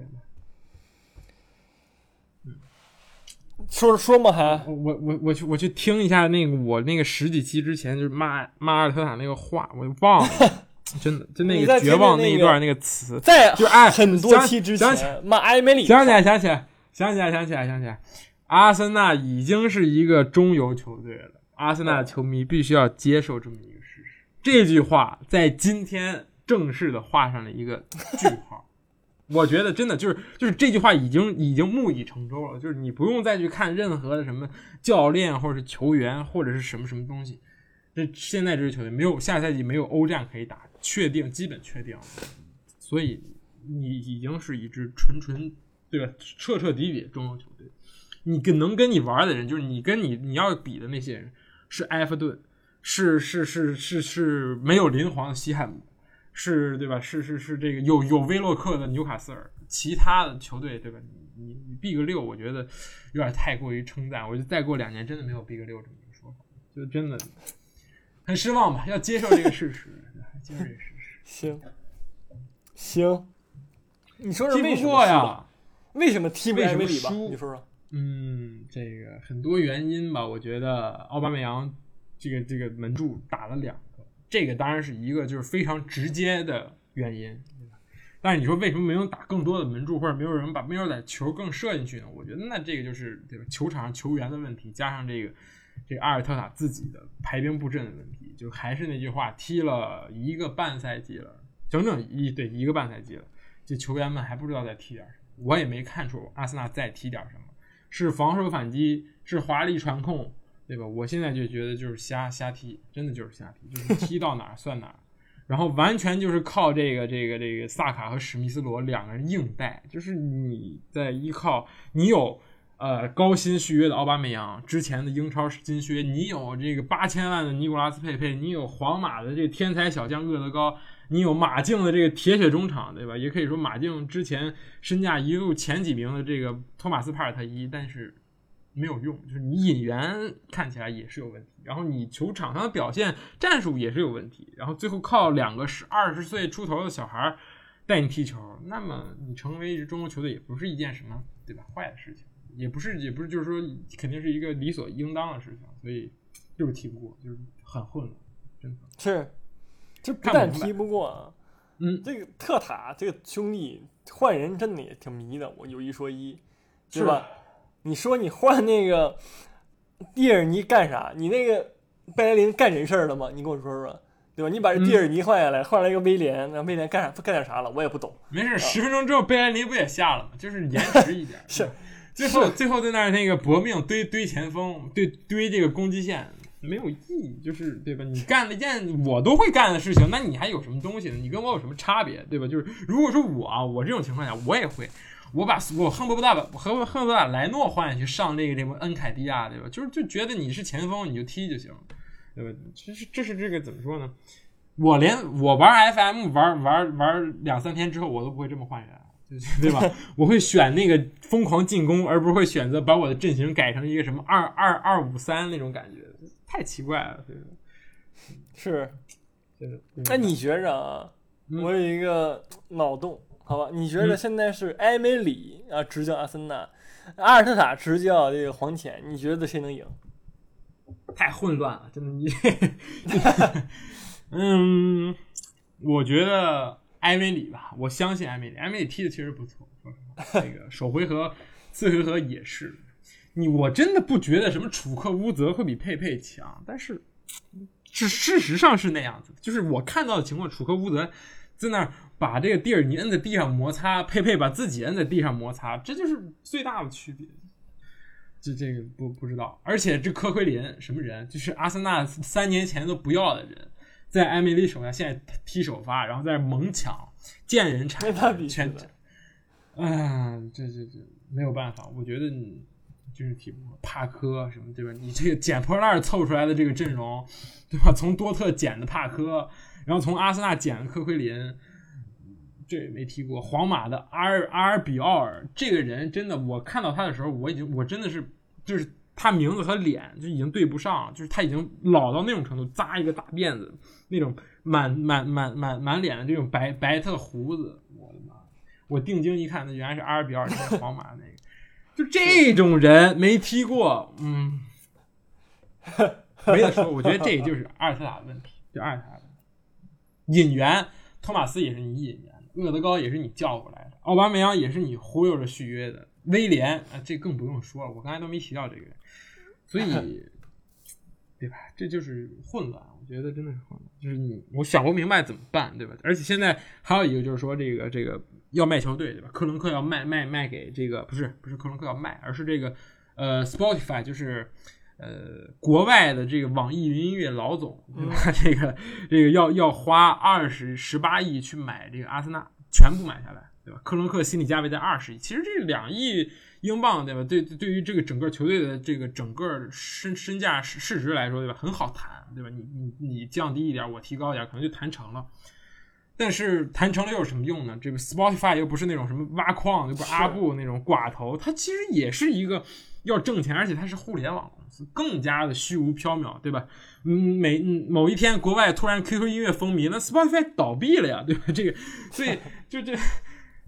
说嘛还我去听一下那个我那个10几期之前就是骂阿尔特塔那个话，我就忘了，真的就那个绝望那一段那个词， 在就很多期之前骂埃梅里， 想起来，阿森纳已经是一个中游球队了，阿森纳的球迷必须要接受这么一个事实，这句话在今天正式的画上了一个句号。我觉得真的就是这句话已经木已成舟了，就是你不用再去看任何的什么教练或者是球员或者是什么东西，这现在这支球队没有下赛季没有欧战可以打，基本确定，所以你已经是一支纯对吧彻底的中游球队，你能跟你玩的人就是你要比的那些人是埃弗顿，是没有林皇的西汉姆。是对吧？是这个有威洛克的纽卡斯尔，其他的球队对吧？你避个6，我觉得有点太过于称赞。我就再过2年真的没有避个6这么一个说法，就真的很失望吧。要接受这个事实，接受这个事实。行，你说踢不过呀？ 为什么踢不埃梅里吧？你说说。 这个很多原因吧。我觉得奥巴梅扬这个门柱打了2个，这个当然是一个就是非常直接的原因。但是你说为什么没有打更多的门柱，或者没有人把把球更射进去呢？我觉得那这个就是对吧，球场上球员的问题，加上这个阿尔特塔自己的排兵布阵的问题。就还是那句话，踢了1个半赛季了，整整1个半赛季了，这球员们还不知道再踢点什么。我也没看出阿森纳再踢点什么，是防守反击，是华丽传控，对吧？我现在就觉得就是瞎踢，真的就是瞎踢，就是踢到哪儿算哪儿。然后完全就是靠这个萨卡和史密斯罗2个人硬带，就是你在依靠你有高薪续约的奥巴梅扬，之前的英超金靴，你有这个8000万的尼古拉斯佩佩，你有皇马的这个天才小将厄德高，你有马竞的这个铁血中场，对吧？也可以说马竞之前身价一路前几名的这个托马斯帕尔特伊，但是没有用，就是你引援看起来也是有问题，然后你球场上的表现战术也是有问题，然后最后靠2个20岁出头的小孩带你踢球，那么你成为一支中国球队也不是一件什么对吧坏的事情，也不是就是说肯定是一个理所应当的事情，所以就是踢不过，就是很混乱，真的是这不但踢不过，这个特塔这个兄弟换人真的也挺迷的，我有一说一，对吧？你说你换那个蒂尔尼干啥？你那个贝莱林干人事了吗？你跟我说说，对吧？你把这蒂尔尼换下来，换了一个威廉，那威廉干点啥了？我也不懂。 没事，10分钟之后贝莱林不也下了吗？就是延迟一点。 是， 最后在那个搏命堆前锋，堆这个攻击线，没有意义，就是对吧？你干了一件我都会干的事情，那你还有什么东西呢？你跟我有什么差别，对吧？就是如果说我这种情况下，我也会。我恨不得把莱诺换下去上这个恩凯迪亚，对吧？就觉得你是前锋你就踢就行，对吧？这是这个怎么说呢？我玩 FM 玩2-3天之后，我都不会这么换人，对吧？我会选那个疯狂进攻，而不是会选择把我的阵型改成一个什么2-2-2-5-3那种感觉，太奇怪了，对吧？ 是，真的。那你觉着啊？我有一个脑洞。好吧，你觉得现在是埃梅里执教阿森纳，阿尔特塔执教这个黄潜，你觉得谁能赢？ 太混乱了，真的。我觉得埃梅里吧，我相信埃梅里踢的确实不错，这个首回合、次回合也是。我真的不觉得什么楚克乌泽会比佩佩强，但是事实上是那样子，就是我看到的情况，楚克乌泽在那儿把这个蒂尔尼摁在地上摩擦，佩佩把自己摁在地上摩擦，这就是最大的区别。这个不知道，而且这科奎林什么人，就是阿森纳3年前都不要的人，在埃梅里手下现在踢首发，然后在猛抢，见人铲全，这没有办法，我觉得你真是踢不过帕科什么，对吧？你这个捡破烂凑出来的这个阵容，对吧？从多特捡的帕科。然后从阿森纳捡了科奎林，这也没踢过。皇马的阿尔比奥尔这个人真的，我看到他的时候，我真的是就是他名字和脸就已经对不上，就是他已经老到那种程度，扎一个大辫子，那种满脸的这种白特胡子，我的妈！我定睛一看，那原来是阿尔比奥尔，在皇马那个，就这种人没踢过，没得说。我觉得这就是阿尔特塔的问题，就阿尔特塔的问题。引援托马斯也是你引援的，厄德高也是你叫过来的，奥巴梅扬也是你忽悠着续约的，威廉这更不用说了，我刚才都没提到这个人，所以对吧？这就是混乱，我觉得真的是混乱，就是我想不明白怎么办，对吧？而且现在还有一个就是说这个要卖球队，对吧？克伦克要卖给这个不是克伦克要卖，而是这个Spotify 就是。国外的这个网易云音乐老总，对吧？这个要花18亿去买这个阿森纳，全部买下来，对吧？克伦克心理价位在20亿，其实这2亿英镑，对吧？对于这个整个球队的这个整个身价市值来说，对吧？很好谈，对吧？你降低一点，我提高一点，可能就谈成了。但是谈成了又有什么用呢？这个 Spotify 又不是那种什么挖矿，又不是阿布那种寡头，它其实也是一个要挣钱，而且它是互联网公司，更加的虚无缥缈，对吧？某一天国外突然 QQ 音乐风靡，那 Spotify 倒闭了呀，对吧？这个，所以就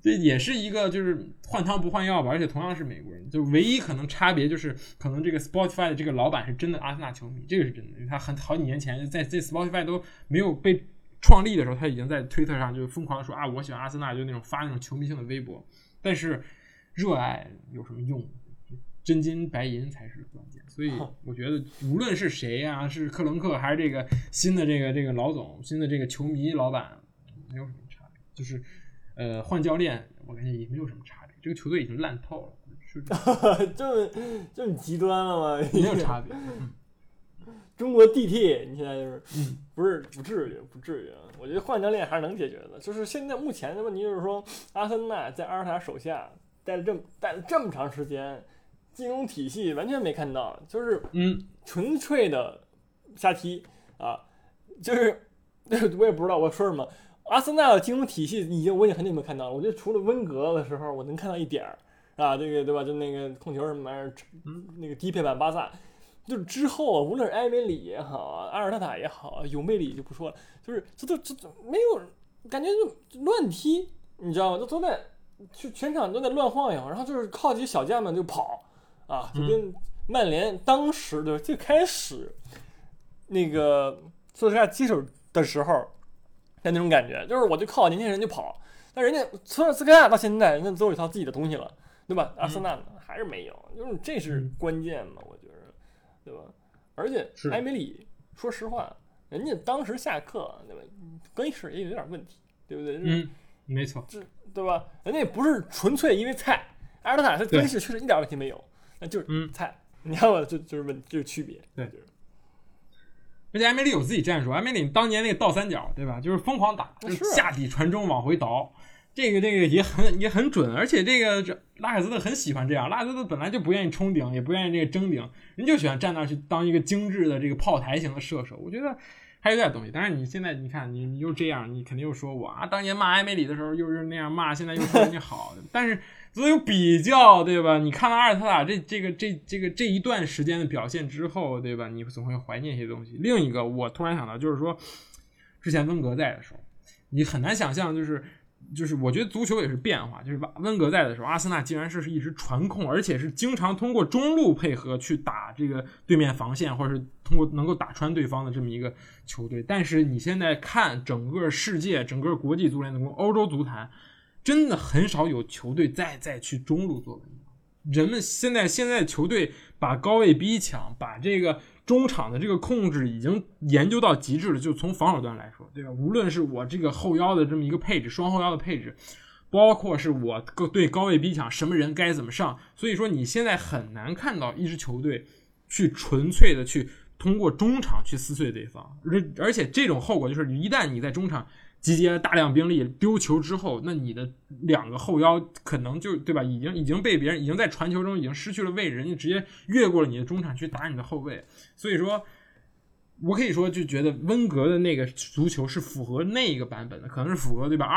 这也是一个就是换汤不换药吧，而且同样是美国人，就唯一可能差别就是可能这个 Spotify 的这个老板是真的阿森纳球迷，这个是真的，因为他好几年前在 Spotify 都没有被创立的时候，他已经在推特上就疯狂的说啊，我喜欢阿森纳，就那种发那种球迷性的微博。但是热爱有什么用？真金白银才是关键。所以我觉得无论是谁啊，是克伦克还是这个新的这个老总，新的这个球迷老板，没有什么差别。就是换教练，我感觉也没有什么差别。这个球队已经烂透了，是这么极端了吗？ 没有差别。 中国 DT 你现在就是不至于啊！我觉得换教练还是能解决的。就是现在目前的问题就是说，阿森纳在阿尔塔手下待了这么长时间，进攻体系完全没看到，就是纯粹的瞎踢啊！就是我也不知道我说什么。阿森纳的进攻体系我已经很久没看到了。我觉得除了温格的时候，我能看到一点啊，这个对吧？就那个控球什么玩意儿，那个低配版巴萨。就是之后啊，无论是埃梅里也好啊，阿尔特塔也好啊，尤梅里就不说了，就是这没有感觉就乱踢，你知道吗？都在全场都在乱晃悠，然后就是靠几个小将们就跑啊，就跟曼联当时的最开始那个索斯克亚接手的时候的那种感觉，就是我就靠年轻人就跑，但人家索斯克亚到现在人家都有一套自己的东西了，对吧？阿森纳还是没有，就是这是关键嘛，我觉得。对吧？而且埃梅里，说实话，人家当时下课，对吧？更衣室也有点问题，对不对？ 没错， 对吧？人家也不是纯粹因为菜，阿尔特塔他更衣室确实一点问题没有，那就是菜。你看我就是区别。 对，而且埃梅里有自己战术，埃梅里当年那个倒三角，对吧？就是疯狂打，就是下底传中往回倒。这个也很准，而且这拉凯兹特很喜欢这样。拉凯兹特本来就不愿意冲顶，也不愿意这个争顶，人就喜欢站那去当一个精致的这个炮台型的射手。我觉得还有点东西。当然你现在你看你又这样，你肯定又说我啊，当年骂埃梅里的时候又是那样骂，现在又说人家好。但是总有比较，对吧？你看了阿尔特塔这一段时间的表现之后，对吧？你总会怀念一些东西。另一个我突然想到，就是说之前温格在的时候，你很难想象就是我觉得足球也是变化，就是温格在的时候，阿森纳竟然是一直传控，而且是经常通过中路配合去打这个对面防线，或者是通过能够打穿对方的这么一个球队。但是你现在看整个世界，整个国际足联的欧洲足坛，真的很少有球队再去中路做文章。人们现在球队把高位逼抢，把这个中场的这个控制已经研究到极致了，就从防守端来说，对吧？无论是我这个后腰的这么一个配置，双后腰的配置，包括是我对高位逼抢什么人该怎么上，所以说你现在很难看到一支球队去纯粹的去通过中场去撕碎对方，而且这种后果就是一旦你在中场集结了大量兵力丢球之后，那你的两个后腰可能就对吧，已经被别人已经在传球中已经失去了位置，人家直接越过了你的中场去打你的后卫。所以说我可以说就觉得温格的那个足球是符合那个版本的，可能是符合对吧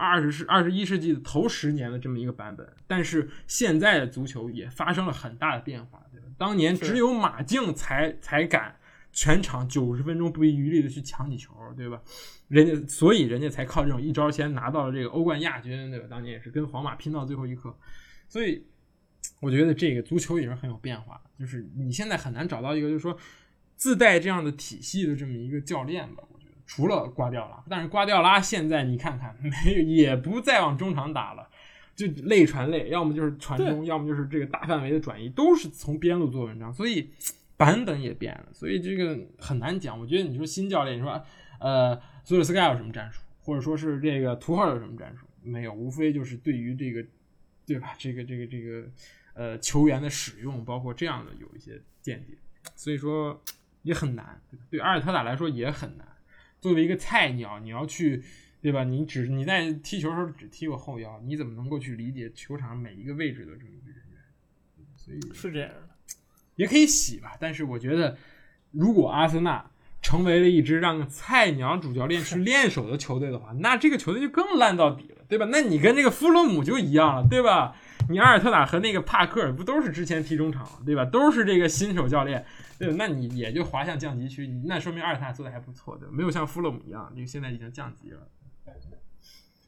21世纪的头10年的这么一个版本。但是现在的足球也发生了很大的变化，对吧？当年只有马竞才敢全场90分钟不遗余力的去抢你球，对吧？所以人家才靠这种一招先拿到了这个欧冠亚军，对吧？当年也是跟皇马拼到最后一刻。所以我觉得这个足球也是很有变化，就是你现在很难找到一个就是说自带这样的体系的这么一个教练吧。我觉得除了瓜迪奥拉，但是瓜迪奥拉现在你看看也不再往中场打了，就类传类，要么就是传中，要么就是这个大范围的转移，都是从边路做文章，所以版本也变了，所以这个很难讲。我觉得你说新教练，你说索尔斯克亚有什么战术，或者说是这个图赫尔有什么战术？没有，无非就是对于这个对吧这个球员的使用，包括这样的有一些见解，所以说也很难，对阿尔特塔来说也很难。作为一个菜鸟，你要去对吧？你在踢球的时候只踢过后腰，你怎么能够去理解球场每一个位置的这么一个人员？所以是这样的， 也可以洗吧。但是我觉得，如果阿森纳成为了一支让菜鸟主教练去练手的球队的话，那这个球队就更烂到底了，对吧？那你跟这个弗洛姆就一样了，对吧？你阿尔特塔和那个帕克尔不都是之前踢中场，对吧？都是这个新手教练，对吧？那你也就滑向降级区，那说明阿尔特塔做的还不错，对吧？没有像弗洛姆一样，这个现在已经降级了。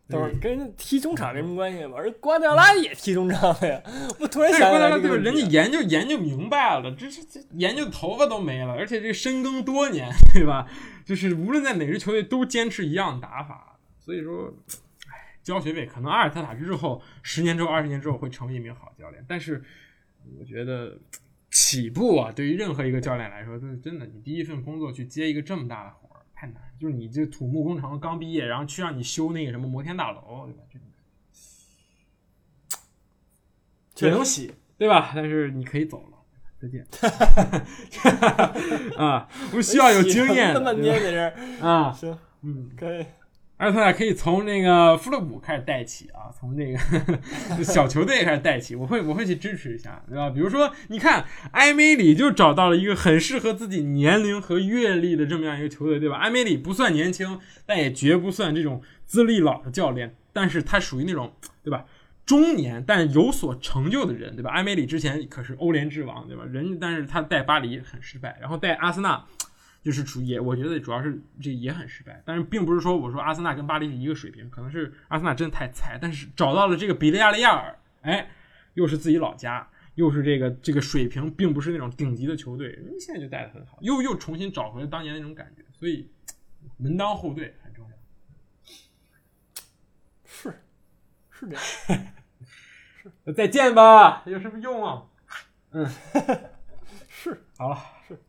都是跟人踢中场没什么关系吧？而瓜迪奥拉也踢中场的呀。我突然想起来， 对吧？人家研究明白了，这研究头发都没了，而且这深耕多年，对吧？就是无论在哪支球队都坚持一样打法，所以说，交学费可能阿尔特塔之后10年之后、20年之后会成为一名好教练，但是我觉得起步啊，对于任何一个教练来说，真的，你第一份工作去接一个这么大的活儿太难，就是你这土木工程刚毕业，然后去让你修那个什么摩天大楼，对吧？这能洗，对吧？但是你可以走了。再见啊！我们需要有经验的， 半天在这儿啊， 行，可以。 阿尔特塔可以从那个弗勒堡开始带起啊，从那个小球队开始带起，我会去支持一下，对吧？比如说，你看埃梅里就找到了一个很适合自己年龄和阅历的这么样一个球队，对吧？埃梅里不算年轻，但也绝不算这种资历老的教练，但是他属于那种，对吧？中年但有所成就的人，对吧？埃梅里之前可是欧联之王，对吧？但是他带巴黎很失败，然后带阿森纳就是处于我觉得主要是这也很失败，但是并不是说我说阿森纳跟巴黎是一个水平，可能是阿森纳真的太菜，但是找到了这个比利亚雷亚尔，又是自己老家，又是这个水平并不是那种顶级的球队，人家现在就带得很好，又重新找回了当年那种感觉，所以门当户对很重要。 是这样。 是，再见吧，有什么用啊？ 是， 好了， 是，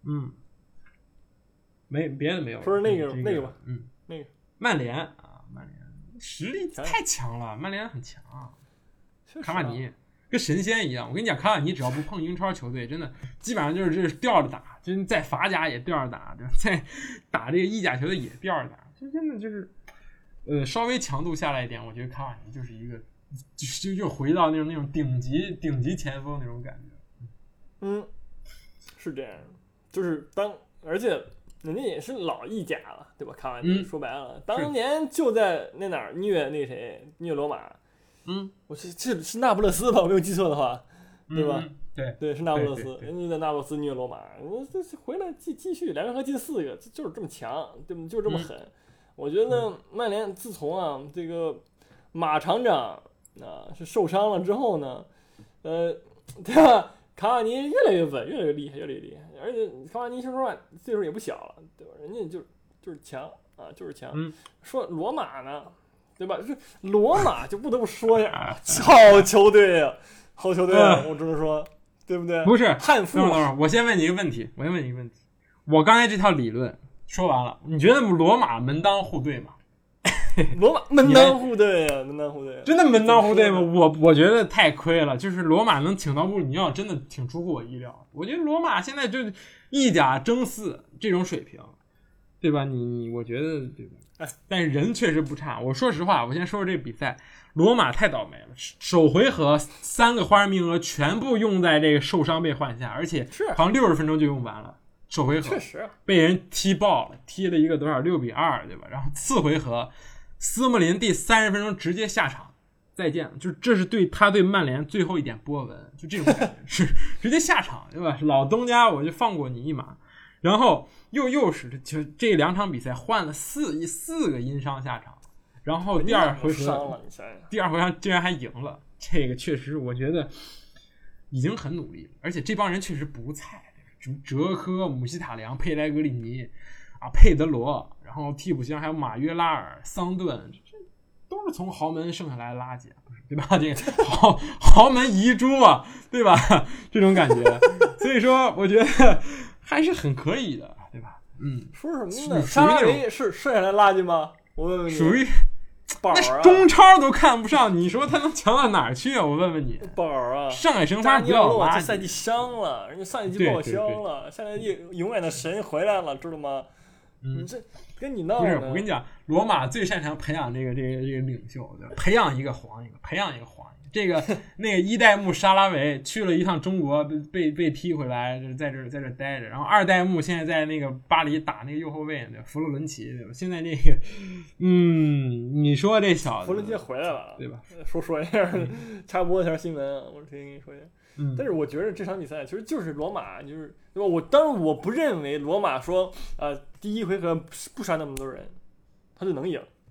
没别的没有。 说是那个吧，那个曼联啊，曼联实力太强了，曼联很强啊。卡瓦尼跟神仙一样，我跟你讲，卡瓦尼只要不碰英超球队，真的基本上就是吊着打，就是在法甲也吊着打，在打这个意甲球队也吊着打，就真的就是。稍微强度下来一点，我觉得卡瓦尼就是一个，就又回到那种顶级前锋那种感觉。是这样，就是而且人家也是老意甲了，对吧？卡瓦尼说白了，当年就在那哪儿虐罗马。我这是那不勒斯吧？我没有记错的话，对吧？对，是那不勒斯，人家在那不勒斯虐罗马，这回来继续2回合进4个，就是这么强，对吧？就是这么狠。我觉得曼联自从这个马厂长是受伤了之后呢，对吧？卡瓦尼越来越稳，越来越厉害，而且卡瓦尼说实话岁数也不小了，对吧？人家就是强啊，就是强。说罗马呢，对吧？是罗马就不得不说呀，好球队啊，好球队啊，我只能说，对不对？ 不是汉服。 等会儿，我先问你一个问题，我刚才这套理论。说完了，你觉得罗马门当户对吗？ 罗马门当户对呀，门当户对， 真的门当户对吗？我觉得太亏了，就是罗马能请到布里尼奥，真的挺出乎我意料。我觉得罗马现在就意甲争4这种水平，对吧？我觉得对吧？但是人确实不差。我说实话，我先说说这个比赛，罗马太倒霉了，首回合3个花人名额全部用在这个受伤被换下，而且好像60分钟就用完了。首回合确实被人踢爆了，踢了一个多少6-2，对吧？然后次回合，斯莫林第30分钟直接下场，再见了。就这是他对曼联最后一点波纹，就这种感觉是直接下场，对吧？老东家我就放过你一马。然后又是就这2场比赛换了4个因伤下场，然后第二回合竟然还赢了，这个确实我觉得已经很努力了，而且这帮人确实不菜。什么哲科、姆希塔良、佩莱格里尼佩德罗，然后替补席上还有马约拉尔、桑顿，这都是从豪门剩下来的垃圾，对吧？这个豪门遗珠啊，对吧？这种感觉，所以说我觉得还是很可以的，对吧？ 说什么呢？沙拉维是剩下来垃圾吗？我问问你， 属于。 宝啊， 中超都看不上，你说他能强到哪儿去啊？我问问你， 宝啊， 上海申花不要垃圾， 这赛季伤了，人家上一季报销了，下赛季永远的神回来了，知道吗？你这跟你闹不是？我跟你讲，罗马最擅长培养这个领袖，对吧？培养一个黄一个，培养一个黄一个。这个那个1代目沙拉维去了一趟中国，被踢回来，在这待着。然后2代目现在在那个巴黎打那个右后卫，弗洛伦齐，对吧？现在那个，你说这小子， 弗伦齐回来了， 对吧？ 说一下，插播一下新闻，我先跟你说一下。但是我觉得这场比赛其实就是罗马，就是对吧？当然我不认为罗马说第1回合不杀那么多人，他就能赢。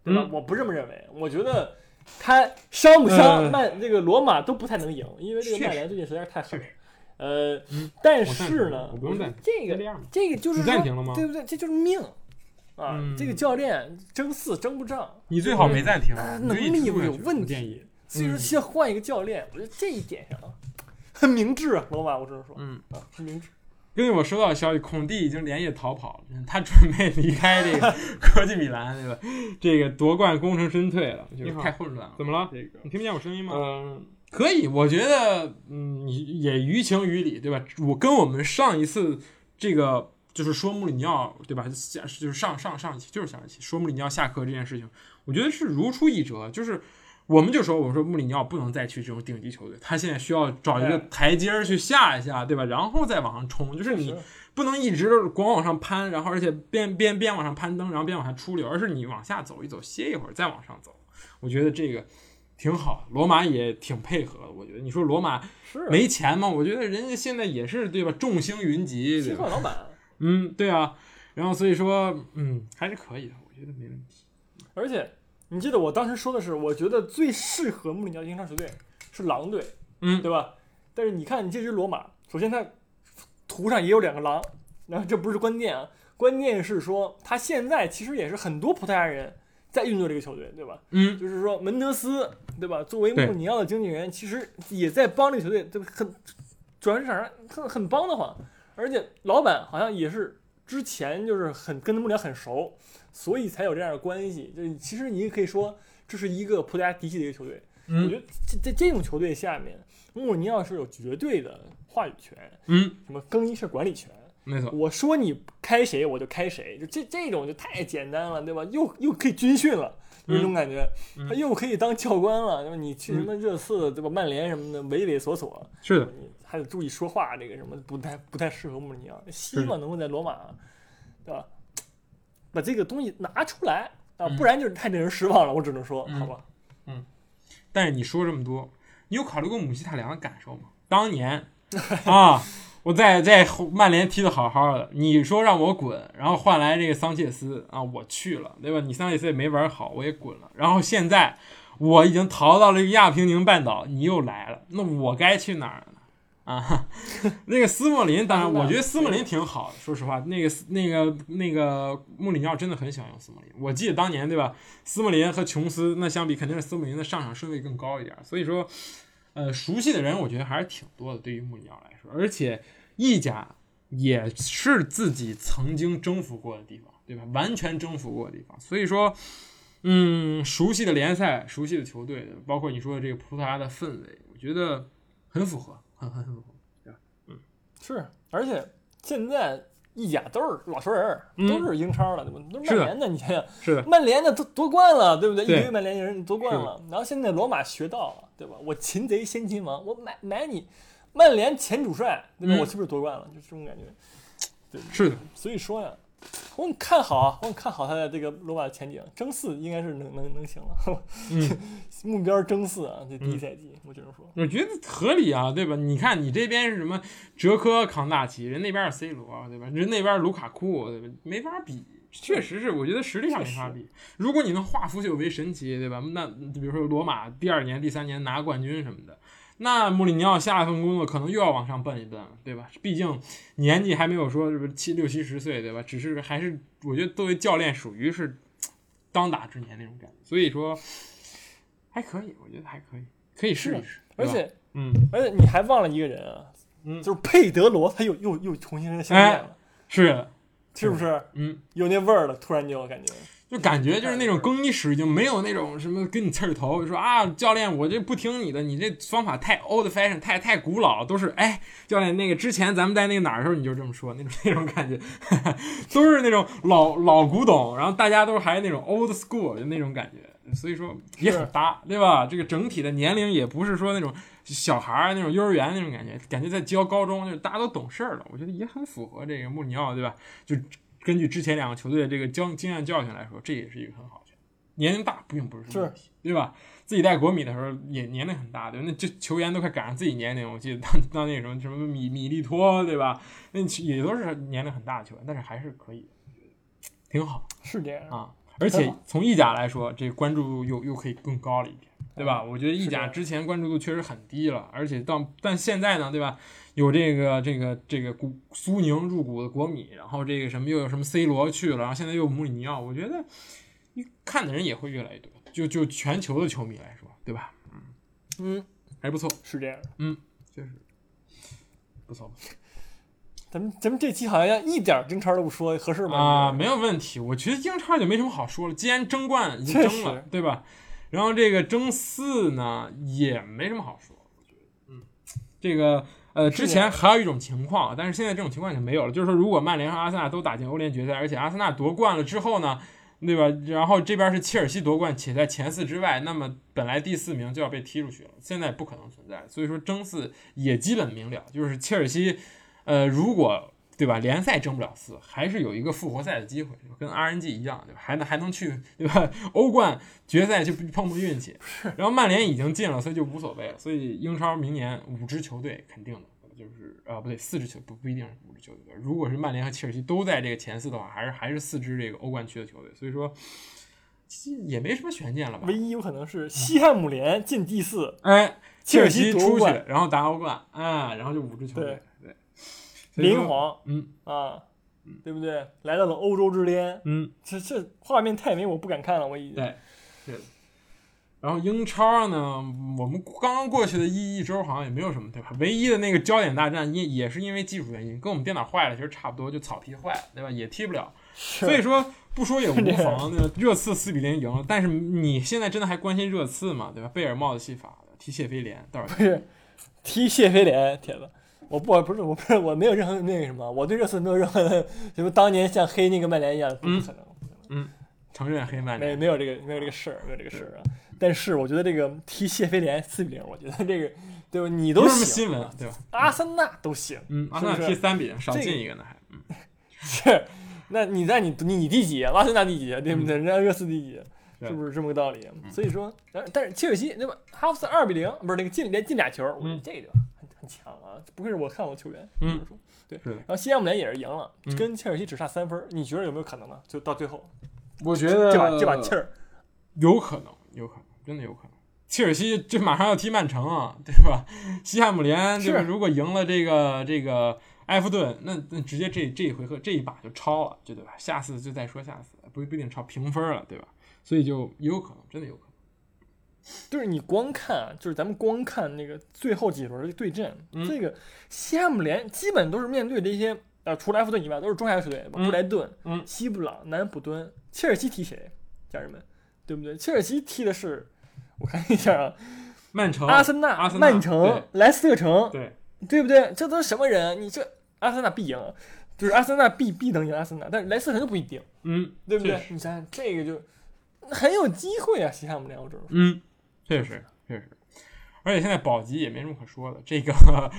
对吧？我不这么认为，我觉得他伤不伤这个罗马都不太能赢，因为这个曼联最近实在是太狠了。但是呢，这个就是说，对不对？这就是命啊！这个教练争4争不上， 你最好没暂停， 能力有问题。所以说，先换一个教练，我觉得这一点上很明智啊，罗马，我只能说，很明智。 因为我收到消息，孔蒂已经连夜逃跑了，他准备离开这个国际米兰，对吧？这个夺冠功成身退了，就是太混乱了。 怎么了？ 这个你听不见我声音吗？可以，我觉得，也于情于理，对吧？我跟我们上一次这个就是说穆里尼奥，对吧？就是上一期，就是上一期说穆里尼奥下课这件事情，我觉得是如出一辙，就是。我说穆里尼奥不能再去这种顶级球队，他现在需要找一个台阶去下一下，对吧？然后再往上冲，就是你不能一直光往上攀，然后而且边往上攀登，然后边往下出溜，而是你往下走一走，歇一会儿再往上走。我觉得这个挺好，罗马也挺配合的。我觉得你说罗马没钱吗？我觉得人家现在也是对吧？众星云集， 对吧？老板， 对啊。然后所以说，还是可以的，我觉得没问题。 而且。你记得我当时说的是，我觉得最适合穆里尼奥英超球队是狼队，对吧？但是你看你这支罗马，首先它图上也有2个狼，然后这不是关键啊，关键是说他现在其实也是很多葡萄牙人在运作这个球队，对吧？就是说门德斯，对吧？作为穆里尼奥的经纪人，其实也在帮这个球队，对吧？转场上很帮得慌，而且老板好像也是之前就是跟穆里尼奥很熟。所以才有这样的关系，就其实你也可以说这是一个葡萄牙嫡系的一个球队。我觉得在这种球队下面，穆里尼奥是有绝对的话语权，什么更衣室管理权， 没错。 我说你开谁我就开谁，就这种就太简单了，对吧？又可以军训了，那种感觉，他又可以当教官了，对吧？你去什么热刺，对吧？曼联什么的，畏畏缩缩， 是的， 你还得注意说话，这个什么不太适合穆里尼奥，希望能够在罗马，对吧？把这个东西拿出来啊，不然就是太令人失望了。我只能说，好吧。 但是你说这么多，你有考虑过姆希塔良的感受吗？当年啊，我在曼联踢得好好的，你说让我滚，然后换来这个桑切斯啊，我去了，对吧？你桑切斯也没玩好，我也滚了。然后现在我已经逃到了亚平宁半岛，你又来了，那我该去哪儿呢？啊，那个斯莫林，当然，我觉得斯莫林挺好的。说实话，那个穆里尼奥真的很喜欢用斯莫林。我记得当年，对吧？斯莫林和琼斯，那相比肯定是斯莫林的上场顺位更高一点。所以说，熟悉的人我觉得还是挺多的，对于穆里尼奥来说。而且意甲也是自己曾经征服过的地方，对吧？完全征服过的地方。所以说，熟悉的联赛、熟悉的球队，包括你说的这个葡萄牙的氛围，我觉得很符合。很符合，对吧？ 是，而且现在意甲都是老熟人，都是英超了，对吧？都是曼联的，你想想， 是的， 曼联的都夺冠了，对不对？一堆曼联人夺冠了，然后现在罗马学到了，对吧？我擒贼先擒王，我买你曼联前主帅，对吧？我是不是夺冠了？就这种感觉，对， 是的。 所以说呀，我很看好他的这个罗马的前景，争4应该是能行了。目标争4啊，这第一赛季，我只能说， 我觉得合理啊，对吧？你看你这边是什么哲科扛大旗，人那边是 C 罗，对吧？人那边卢卡库，对吧？没法比，确实是，我觉得实力上没法比。如果你能化腐朽为神奇，对吧？那比如说罗马第2年、第3年拿冠军什么的。那穆里尼奥下一份工作可能又要往上奔一奔了，对吧？毕竟年纪还没有说是不是60、70岁，对吧？只是还是我觉得作为教练属于是当打之年那种感觉，所以说还可以，我觉得还可以试一试。 而且你还忘了一个人啊，就是佩德罗，他又重新相见了，是不是？有那味儿了，突然就感觉。 就感觉就是那种更衣室已经没有那种什么跟你刺儿头，说啊教练我这不听你的，你这方法太 old fashion 太古老，都是教练那个之前咱们在那个哪儿的时候你就这么说那种感觉，都是那种老古董，然后大家都还那种 old school 的那种感觉，所以说也很搭，对吧？这个整体的年龄也不是说那种小孩那种幼儿园那种感觉在教高中，就是大家都懂事了，我觉得也很符合这个穆里尼奥，对吧？就根据之前2个球队的这个经验教训来说，这也是一个很好的。年龄大并不是什么问题，对吧？自己带国米的时候也年龄很大，对吧？那这球员都快赶上自己年龄，我记得当那个什么米利托，对吧？那也都是年龄很大的球员，但是还是可以，挺好， 是这样啊， 而且从意甲来说，这个关注度又可以更高了一点，对吧？我觉得意甲之前关注度确实很低了，而且但现在呢，对吧？有这个苏宁入股的国米，然后这个什么又有什么 C 罗去了，然后现在又有穆里尼奥，我觉得看的人也会越来越多，就全球的球迷来说，对吧？还不错， 是这样， 确实不错。 咱们这期好像一点英超都不说，合适吗？ 没有问题。我觉得英超就没什么好说了，既然争冠已经争了，对吧？然后这个争4呢也没什么好说，我觉得，这个之前还有一种情况，但是现在这种情况已经没有了，就是说如果曼联和阿森纳都打进欧联决赛，而且阿森纳夺冠了之后呢，对吧？然后这边是切尔西夺冠，且在前4之外，那么本来第4名就要被踢出去了，现在不可能存在，所以说争4也基本明了，就是切尔西。如果对吧，联赛争不了4，还是有一个复活赛的机会，跟 RNG 一样，对吧？还能去对吧？欧冠决赛就碰碰运气。然后曼联已经进了，所以就无所谓了。所以英超明年5支球队肯定的，就是不对，4支球不一定是5支球队。如果是曼联和切尔西都在这个前4的话，还是4支这个欧冠区的球队。所以说也没什么悬念了吧？ 唯一有可能是西汉姆联进第4， 切尔西出去，然后打欧冠，然后就5支球队。 林皇，对不对？来到了欧洲之巅，这画面太美，我不敢看了，我已经。 对，是的。然后英超呢，我们刚刚过去的一周好像也没有什么，对吧？唯一的那个焦点大战也是因为技术原因，跟我们电脑坏了其实差不多，就草皮坏了，对吧？也踢不了，所以说不说也无妨。那个热刺4-0赢了，但是你现在真的还关心热刺吗？对吧？贝尔帽子戏法的踢谢菲联，到时候不是踢谢菲联，铁子。我没有任何那个什么，我对热刺没有任何的什么当年像黑那个曼联一样，不可能。 承认黑曼联没有这个事儿，啊。但是我觉得这个踢谢菲联4-0，我觉得这个对吧？你都行， 不是什么新闻对吧？ 阿森纳都行， 阿森纳踢3-0，少进一个呢还， 是。那你第几？阿森纳第几？对不对？人家热刺第几？是不是这么个道理？所以说，但是切尔西对吧？哈弗斯2-0，不是那个进俩球，我觉得这个很强啊！不愧是我看过球员，对。然后西汉姆联也是赢了，跟切尔西只差3分，你觉得有没有可能呢？就到最后， 我觉得这把气儿有可能，真的有可能。切尔西就马上要踢曼城啊，对吧？西汉姆联对吧？如果赢了这个埃弗顿，那直接这一回合这一把就超了，对吧？下次就再说下次，不一定超平分了，对吧？所以就也有可能，真的有可能。 就是你光看，就是咱们光看那个最后几轮的对阵，这个西汉姆联基本都是面对这些除了埃弗顿以外都是中下游球队，布莱顿、西布朗、南普敦。切尔西踢谁？家人们，对不对？切尔西踢的是，我看一下啊， 曼城、 阿森纳、曼城、莱斯特城，对不对？这都是什么人？你这阿森纳必赢，就是阿森纳必能赢阿森纳，但是莱斯特城就不一定，对不对？你想想这个就很有机会啊，西汉姆联，我只能说， 确实，而且现在保级也没什么可说的。这个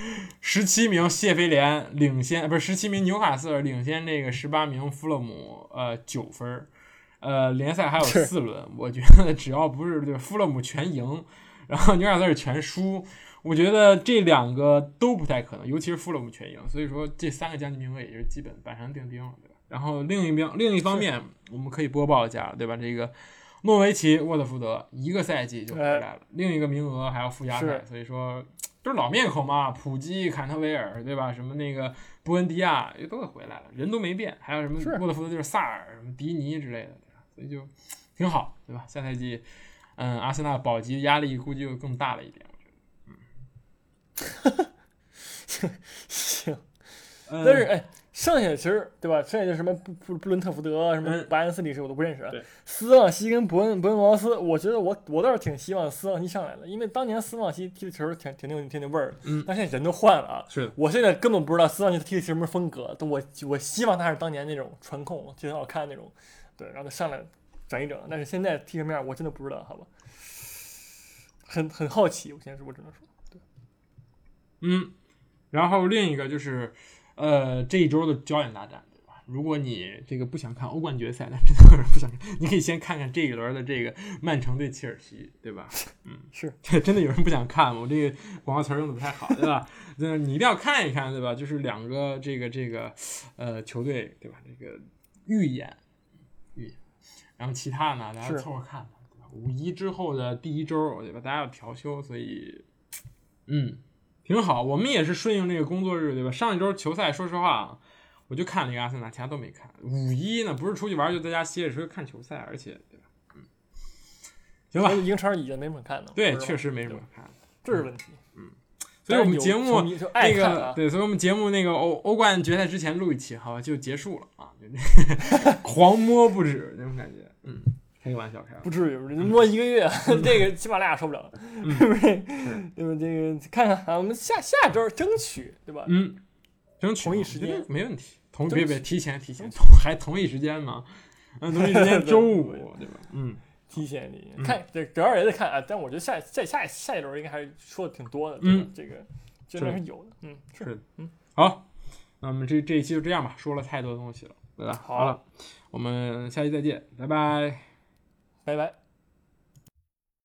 17名谢菲联领先，不是17名纽卡斯尔领先这个18名富勒姆9分。联赛还有4轮，我觉得只要不是对富勒姆全赢，然后纽卡斯尔全输，我觉得这2个都不太可能，尤其是富勒姆全赢。所以说这3个降级名额也是基本板上钉钉了，对吧？然后另一方面，我们可以播报一下，对吧？这个诺维奇、沃特福德一个赛季就回来了，另一个名额还要附加赛，所以说都是老面孔嘛，普基、坎特维尔，对吧？什么那个布恩迪亚都给回来了，人都没变，还有什么沃特福德就是萨尔、什么迪尼之类的，对吧？所以就挺好，对吧？下赛季，阿森纳保级压力估计就更大了一点，我觉得。 行，但是剩下其实对吧？剩下就什么布伦特福德、什么白恩斯里什我都不认识。斯旺西跟伯恩茅斯，我觉得我倒是挺希望斯旺西上来的，因为当年斯旺西踢的球挺那味儿。但现在人都换了啊。 是， 我现在根本不知道斯旺西踢的什么风格，我希望他是当年那种传控，就很好看那种，对，让他上来整一整。但是现在踢什么样，我真的不知道，好吧？很好奇，我现在我只能说，对。 然后另一个就是。这一周的焦点大战，对吧？如果你这个不想看欧冠决赛，但真的有人不想看，你可以先看看这一轮的这个曼城对切尔西，对吧？ 是， 真的有人不想看吗？我这个广告词用的不太好，对吧？你一定要看一看，对吧？就是2个这个球队，对吧？这个预演。 然后其他呢，大家凑合看吧，对吧？5·1之后的第1周，对吧？大家要调休，所以挺好。我们也是顺应这个工作日，对吧？上一周球赛，说实话，我就看了一个阿森纳，其他都没看。5·1呢，不是出去玩，就在家歇着，是看球赛，而且对吧？行吧， 英超已经没什么看的， 对，确实没什么看， 这是问题。 所以我们节目那个对，所以我们节目那个欧冠决赛之前录一期，好吧，就结束了啊，狂摸不止那种感觉，开个玩笑， 不至于摸1个月，这个喜马拉雅受不了了，是不是？对吧？这个看看啊，我们下周争取，对吧？ 争取同一时间没问题，别提前，还同一时间吗？同一时间周5，对吧？ 提前看，这主要也得看啊。但我觉得下一轮应该还是说的挺多的，对吧？这个真的是有的， 是的，好，那我们这一期就这样吧，说了太多东西了，对吧？好了，我们下期再见，拜拜， 拜拜。